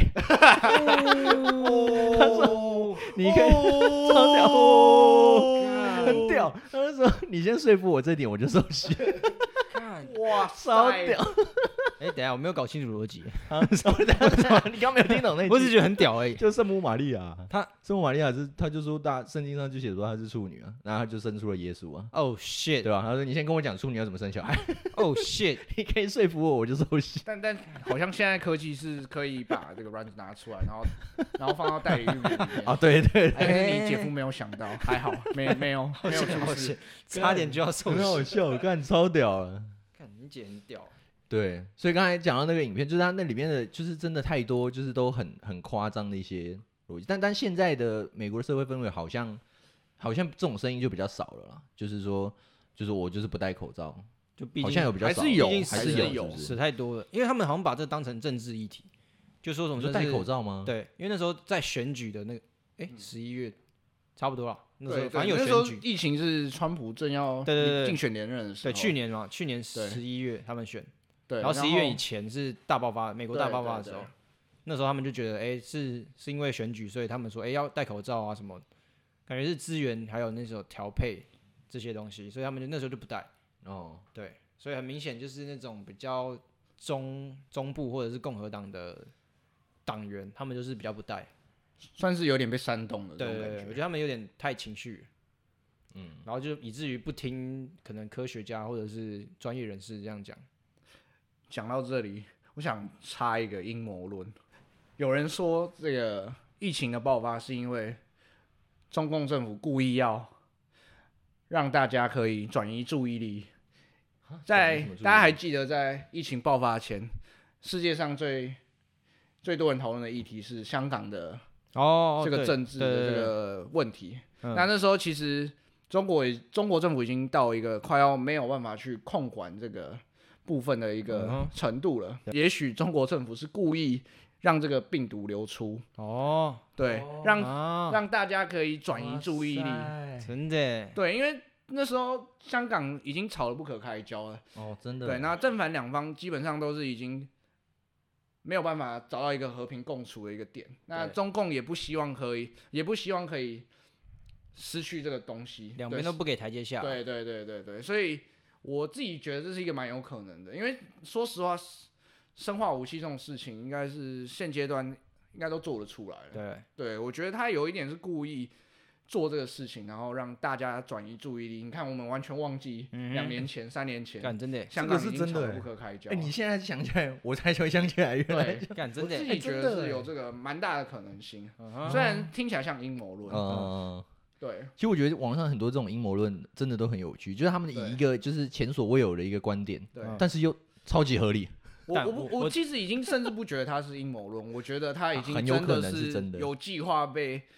Speaker 2: 哦、
Speaker 1: 他说你可以超屌哦，很屌。他就说你先说服我这点，我就受洗。
Speaker 2: 哇，
Speaker 1: 超屌！
Speaker 3: 哎、欸，等一下我没有搞清楚逻辑
Speaker 1: 啊，什么？你刚没有听懂那句？
Speaker 3: 我只觉得很屌而已。
Speaker 1: 就圣母玛利亚，
Speaker 3: 她
Speaker 1: 圣母玛利亚是，他就说大圣经上就写说她是处女啊，然后他就生出了耶稣啊。
Speaker 3: 哦、oh, shit，
Speaker 1: 对吧？他说你先跟我讲处女要怎么生小孩。
Speaker 3: 哦、oh, shit，
Speaker 1: 你可以说服我，我就受洗。
Speaker 2: 但但好像现在科技是可以把这个软件拿出来，然后然后放到代理孕里面。
Speaker 1: 啊，对对对。
Speaker 2: 但是你姐夫没有想到，还好没没有没有出事，
Speaker 3: 差点就要受洗。
Speaker 1: 很好笑，干超屌了。
Speaker 3: 看你姐很屌。
Speaker 1: 对，所以刚才讲到那个影片，就是它那里面的，就是真的太多，就是都很很夸张的一些逻辑。但但现在的美国的社会氛围好像好像这种声音就比较少了啦，就是说，就是我就是不戴口罩，
Speaker 3: 就毕竟
Speaker 1: 好像有比较少，
Speaker 2: 还是有，
Speaker 1: 还是有，
Speaker 2: 有，
Speaker 3: 死太多了，因为他们好像把这当成政治议题，就说什么
Speaker 1: 就戴口罩吗？
Speaker 3: 对，因为那时候在选举的那个，哎，十一月差不多了，那时候
Speaker 2: 对，
Speaker 3: 反正有
Speaker 2: 那时候
Speaker 3: 选举，
Speaker 2: 疫情是川普正要
Speaker 3: 对对对
Speaker 2: 竞选连任的时候，
Speaker 3: 对，去年嘛，去年十一月他们选。
Speaker 2: 对，
Speaker 3: 然后十一月以前是大爆发，美国大爆发的时候，
Speaker 2: 对对对
Speaker 3: 那时候他们就觉得，哎，是是因为选举，所以他们说，哎，要戴口罩啊什么，感觉是资源还有那种调配这些东西，所以他们就那时候就不戴。
Speaker 1: 哦，
Speaker 3: 对，所以很明显就是那种比较中中部或者是共和党的党员，他们就是比较不戴，
Speaker 2: 算是有点被煽动的这
Speaker 3: 对对对，
Speaker 2: 种感觉。
Speaker 3: 我觉得他们有点太情绪，
Speaker 1: 嗯，
Speaker 3: 然后就以至于不听可能科学家或者是专业人士这样讲。
Speaker 2: 讲到这里，我想插一个阴谋论。有人说，这个疫情的爆发是因为中共政府故意要让大家可以转移注意力。在大家还记得，在疫情爆发前，世界上最最多人讨论的议题是香港的
Speaker 3: 哦
Speaker 2: 这个政治的这个问题。那那时候其实中国中国政府已经到一个快要没有办法去控管这个部分的一个程度了。嗯、也许中国政府是故意让这个病毒流出，
Speaker 3: 哦，
Speaker 2: 对，
Speaker 3: 哦、
Speaker 2: 让、
Speaker 3: 啊、
Speaker 2: 让大家可以转移注意力，
Speaker 3: 真的，
Speaker 2: 对，因为那时候香港已经吵得不可开交了，
Speaker 1: 哦，真的，
Speaker 2: 对，那正反两方基本上都是已经没有办法找到一个和平共处的一个点，那中共也不希望可以，也不希望可以失去这个东西，
Speaker 3: 两边都不给台阶下，
Speaker 2: 对对对对对，所以我自己觉得这是一个蛮有可能的，因为说实话，生化武器这种事情应该是现阶段应该都做得出来了。
Speaker 3: 对，
Speaker 2: 对我觉得他有一点是故意做这个事情，然后让大家转移注意力。你看，我们完全忘记两年前、嗯、三年前，
Speaker 3: 干真的，
Speaker 2: 香港已经吵得不可开交。
Speaker 1: 哎、欸，你现在想起来，我才会想起来，原来
Speaker 3: 干真的，
Speaker 2: 我自己觉得是有这个蛮大的可能性，欸、虽然听起来像阴谋论。
Speaker 1: 嗯。
Speaker 2: 对，
Speaker 1: 其实我觉得网上很多这种阴谋论真的都很有趣，就是他们以一个就是前所未有的一个观点，
Speaker 2: 对，
Speaker 1: 但是又超级合理。
Speaker 2: 我我我其实已经甚至不觉得它是阴谋论，我觉得它已经
Speaker 1: 很有可能是真的
Speaker 2: 有计划被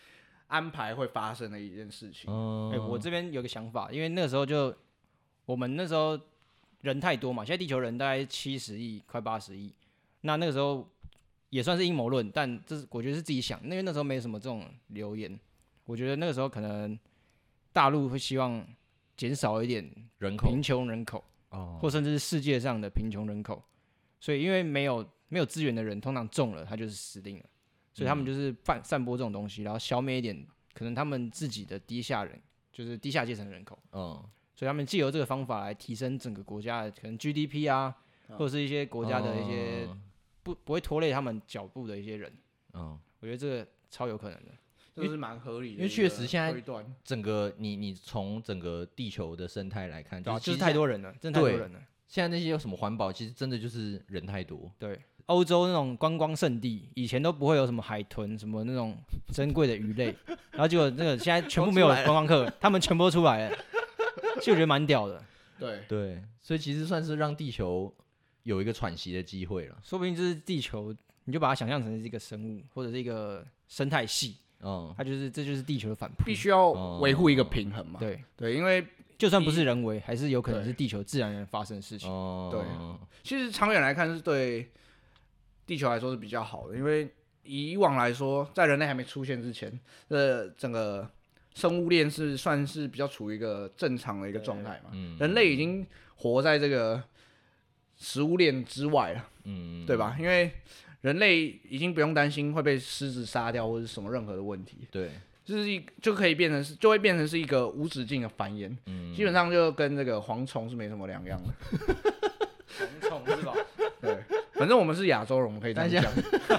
Speaker 2: 安排会发生的一件事情。
Speaker 1: 哦，
Speaker 3: 哎、我这边有个想法，因为那个时候就我们那时候人太多嘛，现在地球人大概七十亿，快八十亿。那那个时候也算是阴谋论，但这是我觉得是自己想，因为那时候没什么这种留言。我觉得那个时候可能大陆会希望减少一点
Speaker 1: 人口
Speaker 3: 贫穷人口，
Speaker 1: 哦，
Speaker 3: 或甚至是世界上的贫穷人口。所以因为没有没有资源的人，通常中了他就是死定了，所以他们就是散散播这种东西，然后消灭一点可能他们自己的低下人，就是低下阶层的人口。
Speaker 1: 嗯，
Speaker 3: 所以他们借由这个方法来提升整个国家的可能 G D P 啊，或者是一些国家的一些
Speaker 1: 哦
Speaker 3: 不不会拖累他们脚步的一些人。
Speaker 1: 嗯，
Speaker 3: 我觉得这个超有可能的。
Speaker 2: 这是蛮合理的一个
Speaker 1: 因为确实现在
Speaker 2: 推断
Speaker 1: 整个你你从整个地球的生态来看，
Speaker 3: 对、啊，
Speaker 1: 是
Speaker 3: 就是太多人了，真的太多人了。
Speaker 1: 现在那些有什么环保，其实真的就是人太多。
Speaker 3: 对，欧洲那种观光胜地，以前都不会有什么海豚、什么那种珍贵的鱼类，然后结果那个现在全部没有观光客，他们全部都出来了，其实我觉得蛮屌的。
Speaker 2: 对
Speaker 1: 对，所以其实算是让地球有一个喘息的机会了。
Speaker 3: 说不定就是地球，你就把它想象成是一个生物或者是一个生态系，
Speaker 1: 嗯，
Speaker 3: 它就是这就是地球的反扑。
Speaker 2: 必须要维护一个平衡嘛。
Speaker 3: 对
Speaker 2: 对，因为
Speaker 3: 就算不是人为，还是有可能是地球自然而然发生的事情。
Speaker 1: 哦，
Speaker 2: 对其实长远来看是对地球来说是比较好的，因为以往来说，在人类还没出现之前，呃，整个生物链是算是比较处于一个正常的一个状态嘛。
Speaker 1: 嗯，
Speaker 2: 人类已经活在这个食物链之外了，
Speaker 1: 嗯，
Speaker 2: 对吧？因为人类已经不用担心会被狮子杀掉或者什么任何的问题，
Speaker 1: 对，
Speaker 2: 就是一就可以变成是就会变成是一个无止境的繁衍，
Speaker 1: 嗯，
Speaker 2: 基本上就跟这个蝗虫是没什么两样的。
Speaker 3: 蝗虫是吧？
Speaker 2: 对，反正我们是亚洲人，我们可以这样讲。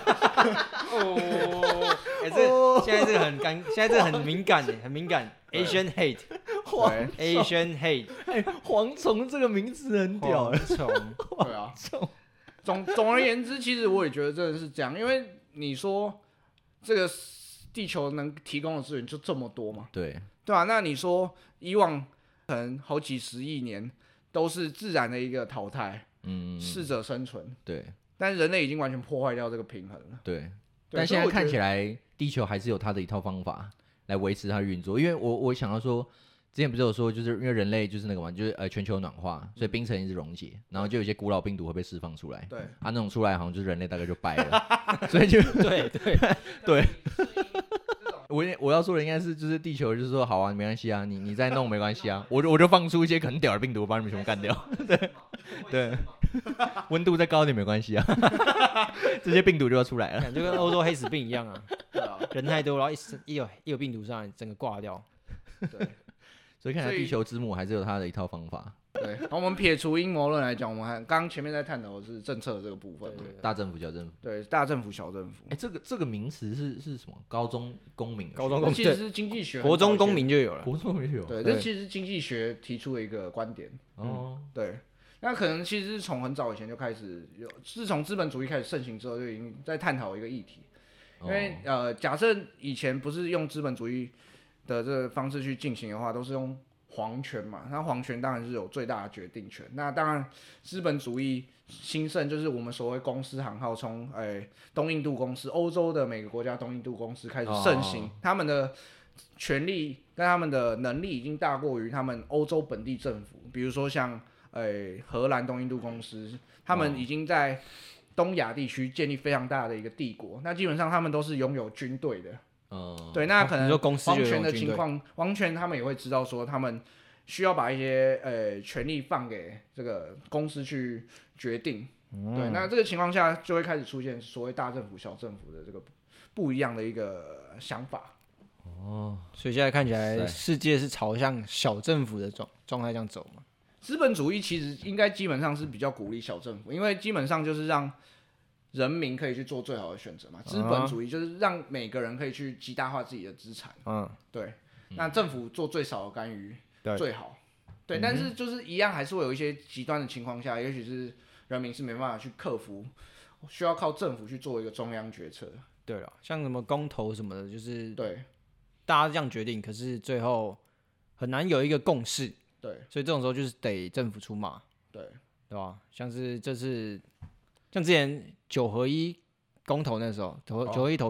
Speaker 3: 哦，哎、这现在这个很干，现在这个很敏感的，很敏感。Asian hate，Asian hate，
Speaker 1: 哎，蝗虫这个名字很屌，
Speaker 3: 蝗虫，
Speaker 2: 对啊，总总而言之，其实我也觉得真的是这样，因为你说这个地球能提供的资源就这么多嘛，
Speaker 1: 对，
Speaker 2: 对吧、啊？那你说以往可能好几十亿年都是自然的一个淘汰，
Speaker 1: 嗯，
Speaker 2: 适者生存，
Speaker 1: 对
Speaker 2: 但是人类已经完全破坏掉这个平衡了。
Speaker 1: 对，
Speaker 2: 对
Speaker 1: 但现在看起
Speaker 2: 来，
Speaker 1: 来地球还是有它的一套方法来维持它的运作，因为我我想要说。之前不是有说，就是因为人类就是那个嘛，就是呃全球暖化，所以冰层一直溶解，然后就有一些古老病毒会被释放出来。
Speaker 2: 对，
Speaker 1: 啊，那种出来好像就是人类大概就掰了，所以就
Speaker 3: 对对
Speaker 1: 对。我我要说的应该是，就是地球就是说，好啊，没关系啊，你你再弄没关系啊，我就我就放出一些很屌的病毒，把你们全部干掉。对对，温度再高一点没关系啊，这些病毒就要出来了。
Speaker 3: 就跟欧洲黑死病一样啊，
Speaker 2: 对啊，
Speaker 3: 人太多，然后一一有一有病毒上来，整个挂掉。
Speaker 2: 对。
Speaker 1: 所以看来
Speaker 2: 所以
Speaker 1: 地球之母还是有它的一套方法。
Speaker 2: 对，然后我们撇除阴谋论来讲，我们还刚刚前面在探讨的是政策这个部分嘛，
Speaker 1: 大政府、小政府，
Speaker 2: 对，大政府、小政府
Speaker 1: 哎、，这个这个名词是是什么？高中公民，
Speaker 3: 高中公
Speaker 2: 其实是经济学，
Speaker 3: 国中公民，就有了。
Speaker 1: 国中公民有。
Speaker 2: 对，
Speaker 3: 对
Speaker 2: 这其实是经济学提出的一个观点，
Speaker 1: 哦，
Speaker 2: 对。那可能其实是从很早以前就开始有，自从资本主义开始盛行之后，就已经在探讨一个议题。因为、
Speaker 1: 哦
Speaker 2: 呃，假设以前不是用资本主义的这个方式去进行的话，都是用皇权嘛，那皇权当然是有最大的决定权。那当然，资本主义兴盛就是我们所谓公司行号从诶东印度公司、欧洲的每个国家东印度公司开始盛行，
Speaker 1: 哦
Speaker 2: 他们的权力跟他们的能力已经大过于他们欧洲本地政府。比如说像诶荷兰东印度公司，他们已经在东亚地区建立非常大的一个帝国。那基本上他们都是拥有军队的。
Speaker 1: 嗯，
Speaker 2: 对，那可能
Speaker 3: 你说公司就有
Speaker 2: 王权的
Speaker 3: 军队
Speaker 2: 情况，王权他们也会知道说，他们需要把一些呃权力放给这个公司去决定。
Speaker 3: 嗯
Speaker 2: 对，那这个情况下就会开始出现所谓大政府、小政府的这个不一样的一个想法。
Speaker 1: 哦，
Speaker 3: 所以现在看起来，
Speaker 1: 是
Speaker 3: 世界是朝向小政府的状状态这样走嘛？
Speaker 2: 资本主义其实应该基本上是比较鼓励小政府，因为基本上就是让人民可以去做最好的选择嘛。资本主义就是让每个人可以去极大化自己的资产。
Speaker 3: 嗯，
Speaker 2: 对，那政府做最少的干预
Speaker 3: 对
Speaker 2: 最好。对，但是就是一样，还是会有一些极端的情况下，也许是人民是没办法去克服，需要靠政府去做一个中央决策。
Speaker 3: 对了，像什么公投什么的，就是
Speaker 2: 对
Speaker 3: 大家这样决定，可是最后很难有一个共识，
Speaker 2: 对
Speaker 3: 所以这种时候就是得政府出马，
Speaker 2: 对
Speaker 3: 对吧？像是这次，像之前九合一公投那时候，投
Speaker 2: 哦
Speaker 3: 九合一投票，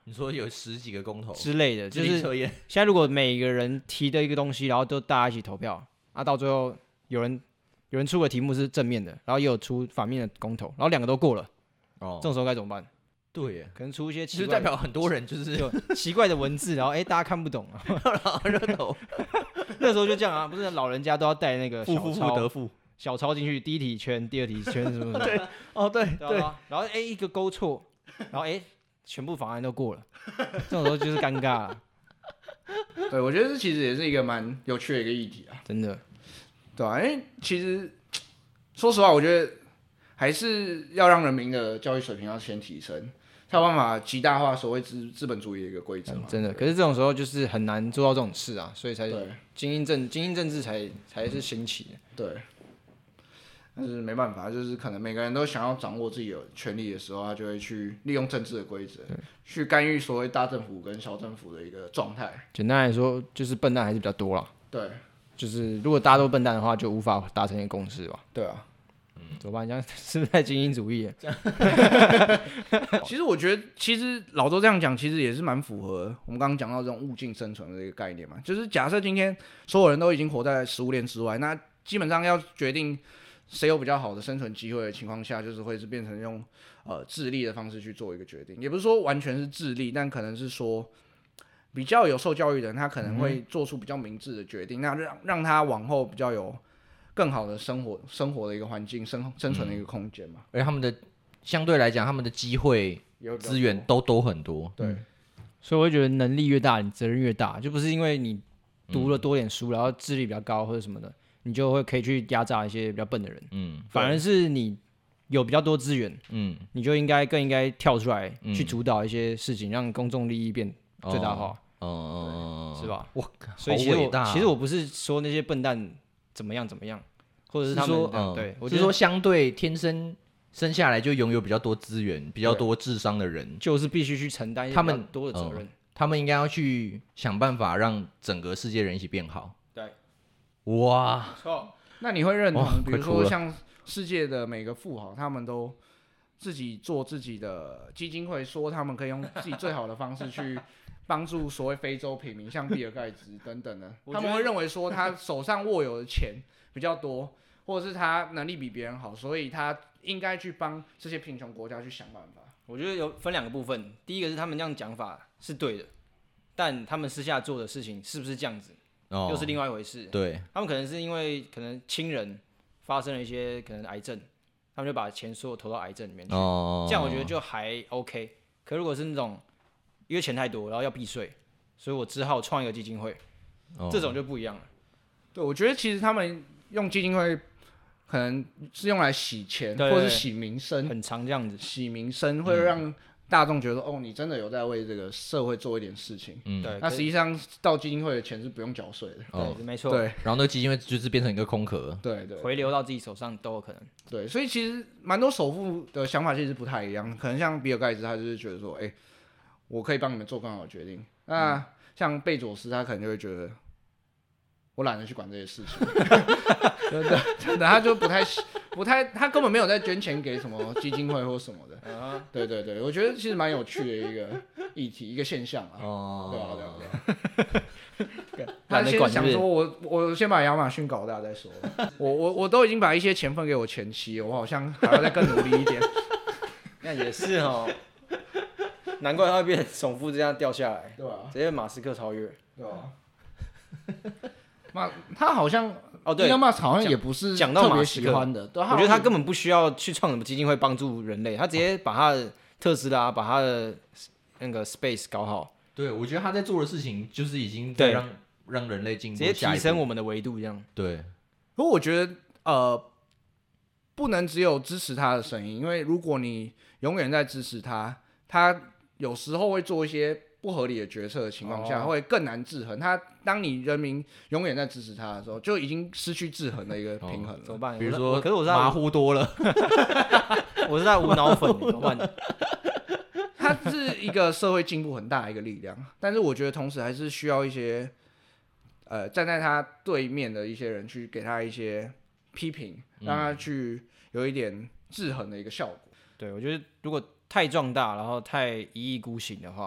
Speaker 1: 你说有十几个公投
Speaker 3: 之类的，就是
Speaker 1: 测验。
Speaker 3: 现在如果每个人提的一个东西，然后都大家一起投票，啊，到最后有人有人出的题目是正面的，然后也有出反面的公投，然后两个都过了，哦，这种时候该怎么办？
Speaker 1: 对耶，
Speaker 3: 可能出一些奇怪，
Speaker 1: 就代表很多人就是
Speaker 3: 奇怪的文字，然后哎、欸、大家看不懂啊，
Speaker 1: 然后就投。
Speaker 3: 那时候就这样啊，不是老人家都要带那个小
Speaker 1: 负
Speaker 3: 抄
Speaker 1: 得负
Speaker 3: 小抄进去，第一题圈，第二题圈什么什么。
Speaker 1: 对，哦对对，
Speaker 3: 然后哎、欸、一个勾错，然后哎、欸、全部法案都过了，这种时候就是尴尬了。
Speaker 2: 对，我觉得这其实也是一个蛮有趣的一个议题啊，
Speaker 3: 真的，
Speaker 2: 对啊，因为其实说实话，我觉得还是要让人民的教育水平要先提升，才有办法极大化所谓资资本主义的一个规则嘛、
Speaker 3: 嗯。真的，可是这种时候就是很难做到这种事啊，所以才
Speaker 2: 对
Speaker 3: 精英政精英政治才才是兴起的。
Speaker 2: 对，但是没办法，就是可能每个人都想要掌握自己的权利的时候，他就会去利用政治的规则去干预所谓大政府跟小政府的一个状态。
Speaker 3: 简单来说，就是笨蛋还是比较多啦。
Speaker 2: 对，
Speaker 3: 就是如果大家都笨蛋的话，就无法达成一个共识吧。
Speaker 2: 对啊。
Speaker 3: 嗯，怎么办？这样是不是太精英主义了？
Speaker 2: 其实我觉得，其实老周这样讲，其实也是蛮符合我们刚刚讲到这种物竞生存的一个概念嘛。就是假设今天所有人都已经活在食物链之外，那基本上要决定谁有比较好的生存机会的情况下，就是会是变成用呃智力的方式去做一个决定，也不是说完全是智力，但可能是说比较有受教育的人，他可能会做出比较明智的决定，嗯、那让让他往后比较有更好的生活生活的一个环境，生生存的一个空间嘛。
Speaker 1: 而且他们的相对来讲，他们的机会资源都都很多。
Speaker 2: 对，
Speaker 3: 嗯，所以我会觉得能力越大，你责任越大，就不是因为你读了多点书，然后智力比较高或者什么的，你就会可以去压榨一些比较笨的人。嗯，反而是你有比较多资源，嗯，你就应该更应该跳出来去主导一些事情，让公众利益变最大化。哦，是吧？
Speaker 1: 哇，
Speaker 3: 所以其实我、
Speaker 1: 啊、
Speaker 3: 其实我不是说那些笨蛋怎么样怎么样，或者是他们
Speaker 1: 说，
Speaker 3: 嗯、对，我
Speaker 1: 是说相对天生生下来就拥有比较多资源、比较多智商的人，
Speaker 3: 就是必须去承担他们多的责任、嗯。
Speaker 1: 他们应该要去想办法让整个世界人一起变好。
Speaker 3: 对，
Speaker 1: 哇，
Speaker 2: 错。那你会认同，比如说像世界的每个富豪，他们都自己做自己的基金会，说他们可以用自己最好的方式去帮助所谓非洲平民，像比尔盖茨等等的，他们会认为说他手上握有的钱比较多，或者是他能力比别人好，所以他应该去帮这些贫穷国家去想办法。
Speaker 3: 我觉得有分两个部分，第一个是他们这样讲法是对的，但他们私下做的事情是不是这样子，哦、又是另外一回事。
Speaker 1: 对，
Speaker 3: 他们可能是因为可能亲人发生了一些可能癌症，他们就把钱所有投到癌症里面去，哦、这样我觉得就还 OK。可如果是那种因为钱太多，然后要避税，所以我只好创一个基金会，哦、这种就不一样了。
Speaker 2: 对，我觉得其实他们用基金会可能是用来洗钱，或是洗名声，
Speaker 3: 很常这样子。
Speaker 2: 洗名声会让大众觉得、嗯、哦，你真的有在为这个社会做一点事情。嗯，对。那实际上到基金会的钱是不用缴税的。
Speaker 3: 哦、对，没错。
Speaker 2: 对，
Speaker 1: 然后那个基金会就是变成一个空壳。
Speaker 2: 对对。
Speaker 3: 回流到自己手上都有可能。
Speaker 2: 对，所以其实蛮多首富的想法其实不太一样，可能像比尔盖茨，他就是觉得说，哎、欸，我可以帮你们做更好的决定。那、嗯、像贝佐斯，他可能就会觉得，我懒得去管这些事情。真的，真的，他就不太不太，他根本没有在捐钱给什么基金会或什么的。Uh-huh. 对对对，我觉得其实蛮有趣的一个议题，一个现象啊。哦、oh. 对啊对啊对啊。他先想说我我先把亚马逊搞大再说。我我我都已经把一些钱分给我前妻了，我好像还要再更努力一点。
Speaker 3: 那也是哦。难怪他会变成首富这样掉下来，
Speaker 2: 对吧、啊？
Speaker 3: 直接马斯克超越，
Speaker 2: 对吧、啊？马他好像
Speaker 3: 哦对，
Speaker 2: 马斯克好像也不是特别喜欢的，对，
Speaker 3: 我觉得他根本不需要去创什么基金会帮助人类，他直接把他的特斯拉、把他的那个 space 搞好。
Speaker 1: 对，我觉得他在做的事情就是已经在让让人类进步，
Speaker 3: 直接提升我们的维度，这样。
Speaker 1: 对，
Speaker 2: 不过我觉得呃，不能只有支持他的声音，因为如果你永远在支持他，他有时候会做一些不合理的决策的情况下， oh. 会更难制衡他。当你人民永远在支持他的时候，就已经失去制衡的一个平衡了。
Speaker 3: Oh. 怎么办？
Speaker 1: 比如说，
Speaker 3: 可是我是
Speaker 1: 马虎多了，
Speaker 3: 我是在无脑粉，怎么办？
Speaker 2: 他是一个社会进步很大的一个力量，但是我觉得同时还是需要一些呃站在他对面的一些人去给他一些批评，让他去有一点制衡的一个效果。
Speaker 3: 对，我觉得如果太壮大，然后太一意孤行的话，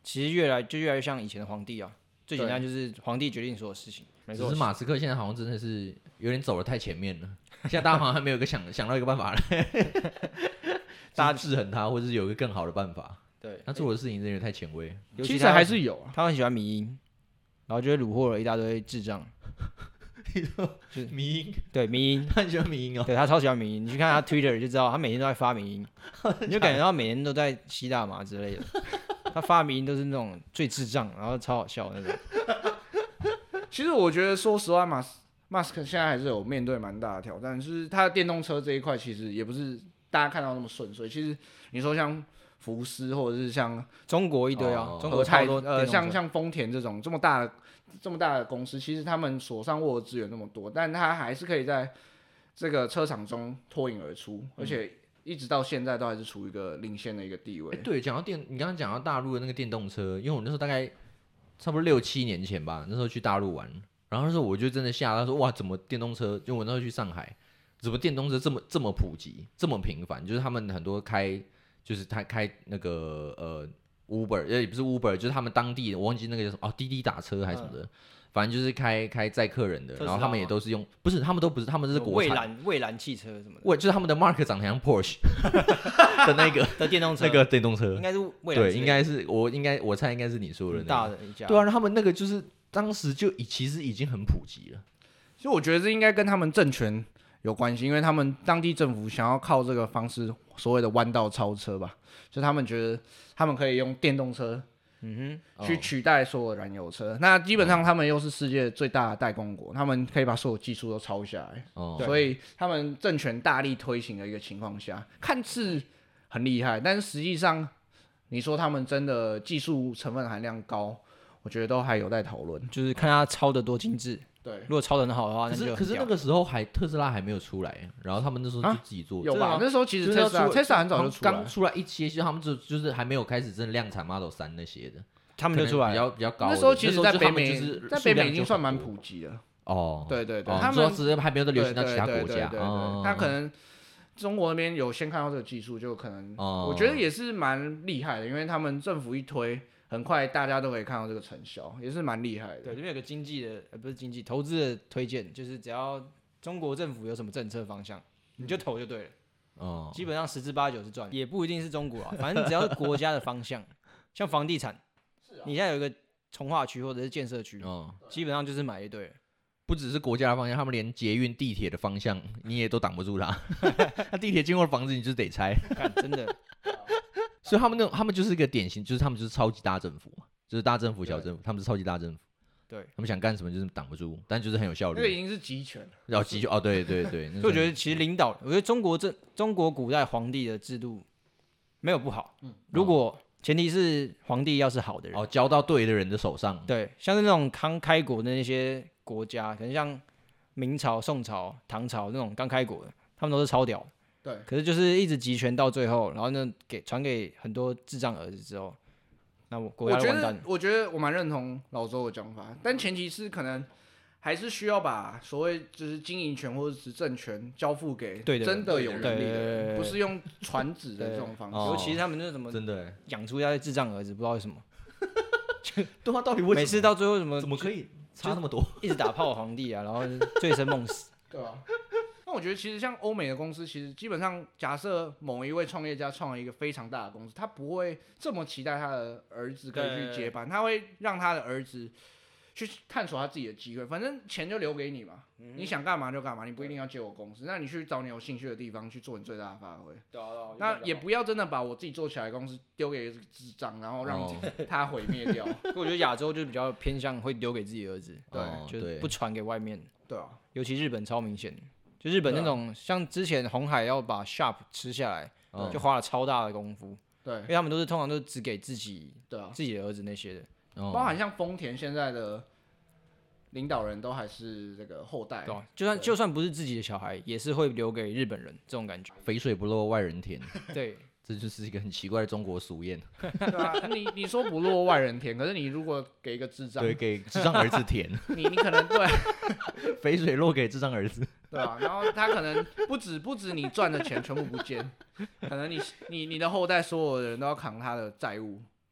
Speaker 3: 其实越来就越来越像以前的皇帝啊。最简单就是皇帝决定所有事情。没错，
Speaker 1: 只是马斯克现在好像真的是有点走得太前面了，现在大家好像还没有一个想想到一个办法来，大家制衡他，或者是有一个更好的办法。
Speaker 3: 对，
Speaker 1: 他做的事情真的有点太前卫。
Speaker 2: 其实还是有啊，
Speaker 3: 他很喜欢迷因，然后就会虏获了一大堆智障。
Speaker 1: 就是迷因，
Speaker 3: 对迷因，
Speaker 1: 他很喜欢迷因哦。
Speaker 3: 对他超喜欢迷因，你去看他 Twitter 就知道，他每天都在发迷因，你就感觉到每天都在吸大麻之类的。他发迷因都是那种最智障，然后超好笑的那种。
Speaker 2: 其实我觉得，说实话，马斯马斯克现在还是有面对蛮大的挑战，就是他的电动车这一块，其实也不是大家看到那么顺遂。其实你说像福斯，或者是像
Speaker 3: 中国一堆啊，
Speaker 1: 哦
Speaker 3: 中国超多
Speaker 2: 呃，像像丰田这种这么大的这么大的公司，其实他们手上握的资源那么多，但他还是可以在这个车厂中脱颖而出，而且一直到现在都还是处于一个领先的一个地位。
Speaker 1: 欸、对，讲到电，你刚刚讲到大陆的那个电动车，因为我那时候大概差不多六七年前吧，那时候去大陆玩，然后那时候我就真的吓到说，哇，怎么电动车？就我那时候去上海，怎么电动车这么这么普及，这么频繁？就是他们很多开，就是他开那个呃 Uber， 也不是 Uber， 就是他们当地的，我忘记那个叫什么哦，滴滴打车还是什么的。嗯，反正就是开开载客人的，然后他们也都是用，不是他们都不是，他们都是国产
Speaker 3: 蔚蓝蔚蓝汽车什么的，
Speaker 1: 喂，就是他们的 mark 长得像 Porsche 的那个
Speaker 3: 的电动车，
Speaker 1: 那个电动车
Speaker 3: 应该是蔚蓝，
Speaker 1: 对，应该是我应该我猜应该是你说的那个
Speaker 3: 大的一家，
Speaker 1: 对啊，他们那个就是当时就其实已经很普及了。
Speaker 2: 其实我觉得这应该跟他们政权有关系，因为他们当地政府想要靠这个方式所谓的弯道超车吧，就他们觉得他们可以用电动车。
Speaker 3: 嗯
Speaker 2: 哼，去取代所有燃油车，哦，那基本上他们又是世界最大的代工国，他们可以把所有技术都抄下来，哦，所以他们政权大力推行的一个情况下，看似很厉害，但是实际上你说他们真的技术成分含量高，我觉得都还有待讨论，
Speaker 3: 就是看他抄的多精致。
Speaker 2: 对，
Speaker 3: 如果抄的很好的话，
Speaker 1: 可是
Speaker 3: 那就
Speaker 1: 可是那个时候还特斯拉还没有出来，然后他们那时候就自己做，
Speaker 2: 啊，有吧？那时候其实
Speaker 1: 特斯拉
Speaker 2: 特斯拉很早就出来，
Speaker 1: 刚出来一些，就他们就就是还没有开始真的量产 Model 三那些的，
Speaker 3: 他们就出来
Speaker 1: 比较比较高。
Speaker 2: 那时候其实在北美，
Speaker 1: 就是
Speaker 2: 在北美已经算蛮普及了。
Speaker 1: 哦，
Speaker 2: 对对对，
Speaker 1: 哦，
Speaker 2: 他们
Speaker 1: 只是还没有流行到其他国家。
Speaker 2: 哦，他可能中国那边有先看到这个技术，就可能，哦，我觉得也是蛮厉害的，因为他们政府一推。很快大家都可以看到这个成效，也是蛮厉害的。
Speaker 3: 对，这边有个经济的，呃，不是经济投资的推荐，就是只要中国政府有什么政策方向，你就投就对了。哦，基本上十之八九是赚，也不一定是中国啊，反正只要是国家的方向，像房地产，你现在有一个从化区或者是建设区，哦，基本上就是买一堆了。
Speaker 1: 不只是国家的方向，他们连捷运、地铁的方向你也都挡不住它。那地铁经过的房子，你就得拆。
Speaker 3: 真的。
Speaker 1: 所以他们那种，他们就是一个典型，就是他们就是超级大政府嘛，就是大政府、小政府，他们是超级大政府。
Speaker 3: 对，
Speaker 1: 他们想干什么就是挡不住，但就是很有效率。
Speaker 2: 这个已经是集权了。
Speaker 1: 要集权哦，对对对。
Speaker 3: 所以我觉得其实领导，我觉得中国这中国古代皇帝的制度没有不好，嗯，如果前提是皇帝要是好的人，
Speaker 1: 哦，交到对的人的手上。
Speaker 3: 对，像是那种刚开国的那些国家，可能像明朝、宋朝、唐朝那种刚开国的，他们都是超屌。
Speaker 2: 对，
Speaker 3: 可是就是一直集权到最后，然后呢，给传给很多智障儿子之后，那我国家就完蛋了。
Speaker 2: 我觉得，我觉得我蛮认同老周的讲法，但前提是可能还是需要把所谓就是经营权或者执政权交付给真的有能力的人，不是用传旨的这种方式。
Speaker 3: 尤其是他们那什么
Speaker 1: 真的
Speaker 3: 养出一堆智障儿子，不知道为什么。
Speaker 1: 对啊，到底为什么？
Speaker 3: 每次到最后什么
Speaker 1: 怎么可以差那么多？
Speaker 3: 一直打炮皇帝啊，然后醉生梦死。
Speaker 2: 对啊。那我觉得其实像欧美的公司，其实基本上假设某一位创业家创了一个非常大的公司，他不会这么期待他的儿子可以去接班，他会让他的儿子去探索他自己的机会，反正钱就留给你嘛，嗯、你想干嘛就干嘛，你不一定要接我公司，那你去找你有兴趣的地方去做你最大的发挥。
Speaker 3: 对啊，对啊，
Speaker 2: 那也不要真的把我自己做起来的公司丢给一个智障，然后让他毁灭掉。
Speaker 3: 我觉得亚洲就比较偏向会丢给自己儿子，
Speaker 2: 对，
Speaker 3: 哦、就是不传给外面。
Speaker 2: 对啊，
Speaker 3: 尤其日本超明显。就日本那种，啊、像之前鸿海要把 Sharp 吃下来，嗯、就花了超大的功夫。
Speaker 2: 对，
Speaker 3: 因为他们都是通常都是只给自己，
Speaker 2: 对啊，
Speaker 3: 自己的儿子那些的。
Speaker 2: 哦、包含像丰田现在的领导人都还是这个后代，
Speaker 3: 对、啊，就算就算不是自己的小孩，也是会留给日本人这种感觉。
Speaker 1: 肥水不落外人田。
Speaker 3: 对。
Speaker 1: 这就是一个很奇怪的中国俗谚。
Speaker 2: 对啊，你你说不落外人田，可是你如果给一个智障，
Speaker 1: 对，给智障儿子田，
Speaker 2: 你你可能对，
Speaker 1: 肥水落给智障儿子，
Speaker 2: 对啊，然后他可能不止不止你赚的钱全部不见，可能你你你的后代所有的人都要扛他的债务，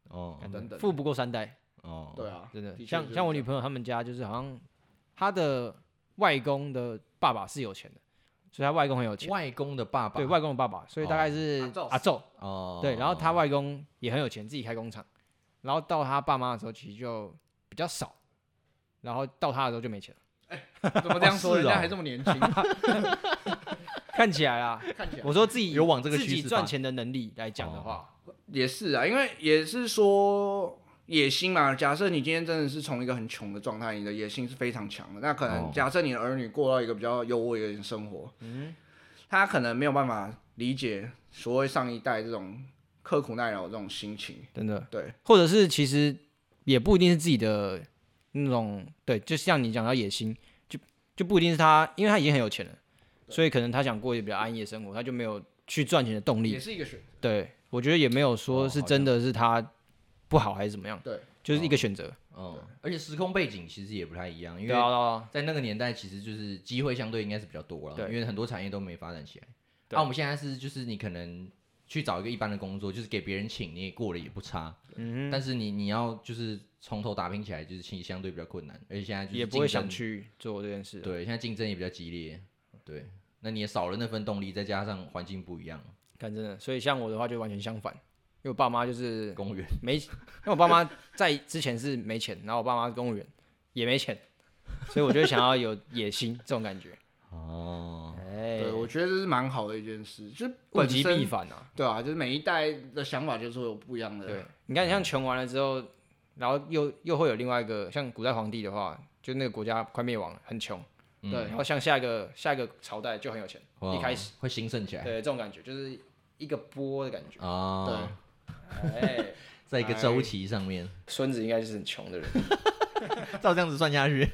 Speaker 1: 哦，
Speaker 2: 等等
Speaker 3: 富不过三代。
Speaker 1: 哦，
Speaker 2: 对啊，
Speaker 3: 真的，
Speaker 2: 的确
Speaker 3: 像
Speaker 2: 就是这样
Speaker 3: 像我女朋友他们家就是好像她的外公的爸爸是有钱的，所以她外公很有钱。
Speaker 1: 外公的爸爸，
Speaker 3: 对，外公的爸爸，所以大概是
Speaker 2: 阿昼
Speaker 3: 阿昼。
Speaker 1: 哦，
Speaker 3: 对，然后他外公也很有钱，自己开工厂。然后到他爸妈的时候，其实就比较少。然后到他的时候就没钱了。
Speaker 2: 怎么这样说？
Speaker 1: 哦是哦
Speaker 2: 人家还这么年轻，
Speaker 3: 看起来啊，
Speaker 2: 看起来
Speaker 3: 我说自己
Speaker 1: 有往这个
Speaker 3: 自
Speaker 1: 趋势发
Speaker 3: 己赚钱的能力来讲的话，
Speaker 2: 也是啊，因为也是说野心嘛。假设你今天真的是从一个很穷的状态，你的野心是非常强的，那可能
Speaker 1: 哦
Speaker 2: 假设你的儿女过到一个比较优渥的生活，
Speaker 3: 嗯，
Speaker 2: 他可能没有办法理解所谓上一代这种刻苦耐劳的这种心情。
Speaker 3: 真的，
Speaker 2: 对，
Speaker 3: 或者是其实也不一定是自己的那种，对，就像你讲到野心，就就不一定是他，因为他已经很有钱了，所以可能他想过一个比较安逸的生活，他就没有去赚钱的动
Speaker 2: 也
Speaker 3: 力。
Speaker 2: 是一个选择。
Speaker 3: 对，我觉得也没有说是真的是他不好还是怎么样，
Speaker 2: 对，
Speaker 3: 就是一个选择。
Speaker 1: 哦，而且时空背景其实也不太一样，因
Speaker 3: 对啊，
Speaker 1: 为
Speaker 3: 对啊，
Speaker 1: 在那个年代其实就是机会相对应该是比较多了，
Speaker 3: 对
Speaker 1: 因为很多产业都没发展起来。
Speaker 3: 对
Speaker 1: 啊，我们现在是就是你可能去找一个一般的工作，就是给别人请，你也过得也不差，
Speaker 3: 嗯哼，
Speaker 1: 但是你你要就是从头打拼起来，就是其实相对比较困难，而且现在就是
Speaker 3: 也不会
Speaker 1: 竞争
Speaker 3: 想去做这件事。
Speaker 1: 对，现在竞争也比较激烈，对，那你也少了那份动力，再加上环境不一样，
Speaker 3: 看真的，所以像我的话就完全相反，因为我爸妈就是
Speaker 1: 公务员
Speaker 3: 没，因为我爸妈在之前是没钱，然后我爸妈是公务员也没钱，所以我就想要有野心这种感觉。
Speaker 1: 哦，
Speaker 3: 哎，
Speaker 2: 对，我觉得这是蛮好的一件事，就是
Speaker 3: 物极
Speaker 2: 本身
Speaker 3: 必反啊。
Speaker 2: 对啊，就是每一代的想法就是会有不一样的。
Speaker 3: 对，你看，你像穷完了之后，然后又又会有另外一个，像古代皇帝的话，就那个国家快灭亡了，很穷。
Speaker 1: 嗯
Speaker 2: 对
Speaker 3: 然后像下一个下一个朝代就很有钱，
Speaker 1: 哇
Speaker 3: 一开始
Speaker 1: 会兴盛起来，
Speaker 3: 对这种感觉就是一个波的感觉。
Speaker 1: 哦，
Speaker 3: 哎，
Speaker 1: 在一个周期上面，
Speaker 3: 孙子应该就是很穷的人，
Speaker 1: 照这样子算下去，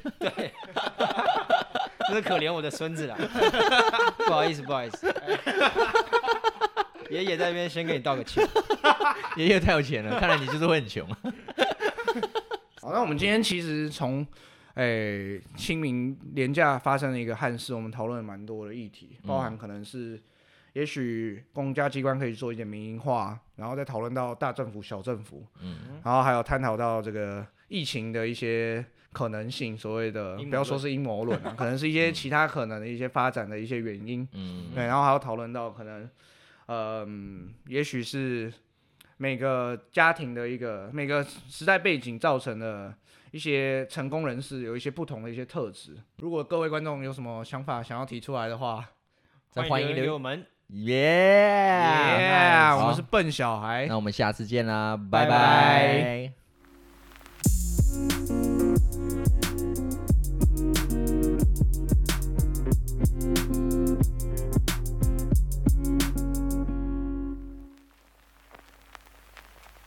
Speaker 3: 真是可怜我的孙子啦。不好意思，不好意思，爷爷在那边先给你道个歉。
Speaker 1: 爷爷太有钱了，看来你就是会很穷。
Speaker 2: 好，那我们今天其实从诶清明连假发生了一个憾事，我们讨论了蛮多的议题，包含可能是也许公家机关可以做一点民营化，然后再讨论到大政府、小政府，
Speaker 1: 嗯，
Speaker 2: 然后还有探讨到这个疫情的一些可能性，所谓的
Speaker 3: 阴谋论
Speaker 2: 不要说是阴谋论啊，可能是一些其他可能的一些发展的一些原因，
Speaker 1: 嗯，
Speaker 2: 对，然后还有讨论到可能，嗯，也许是每个家庭的一个每个时代背景造成的一些成功人士有一些不同的一些特质。如果各位观众有什么想法想要提出来的话，
Speaker 1: 再欢迎留
Speaker 3: 留给我们。
Speaker 1: 耶，
Speaker 2: 耶，我
Speaker 1: 好
Speaker 2: 们是笨小孩
Speaker 1: 那。我们下次见啦，
Speaker 2: 拜
Speaker 1: 拜
Speaker 2: 拜
Speaker 1: 拜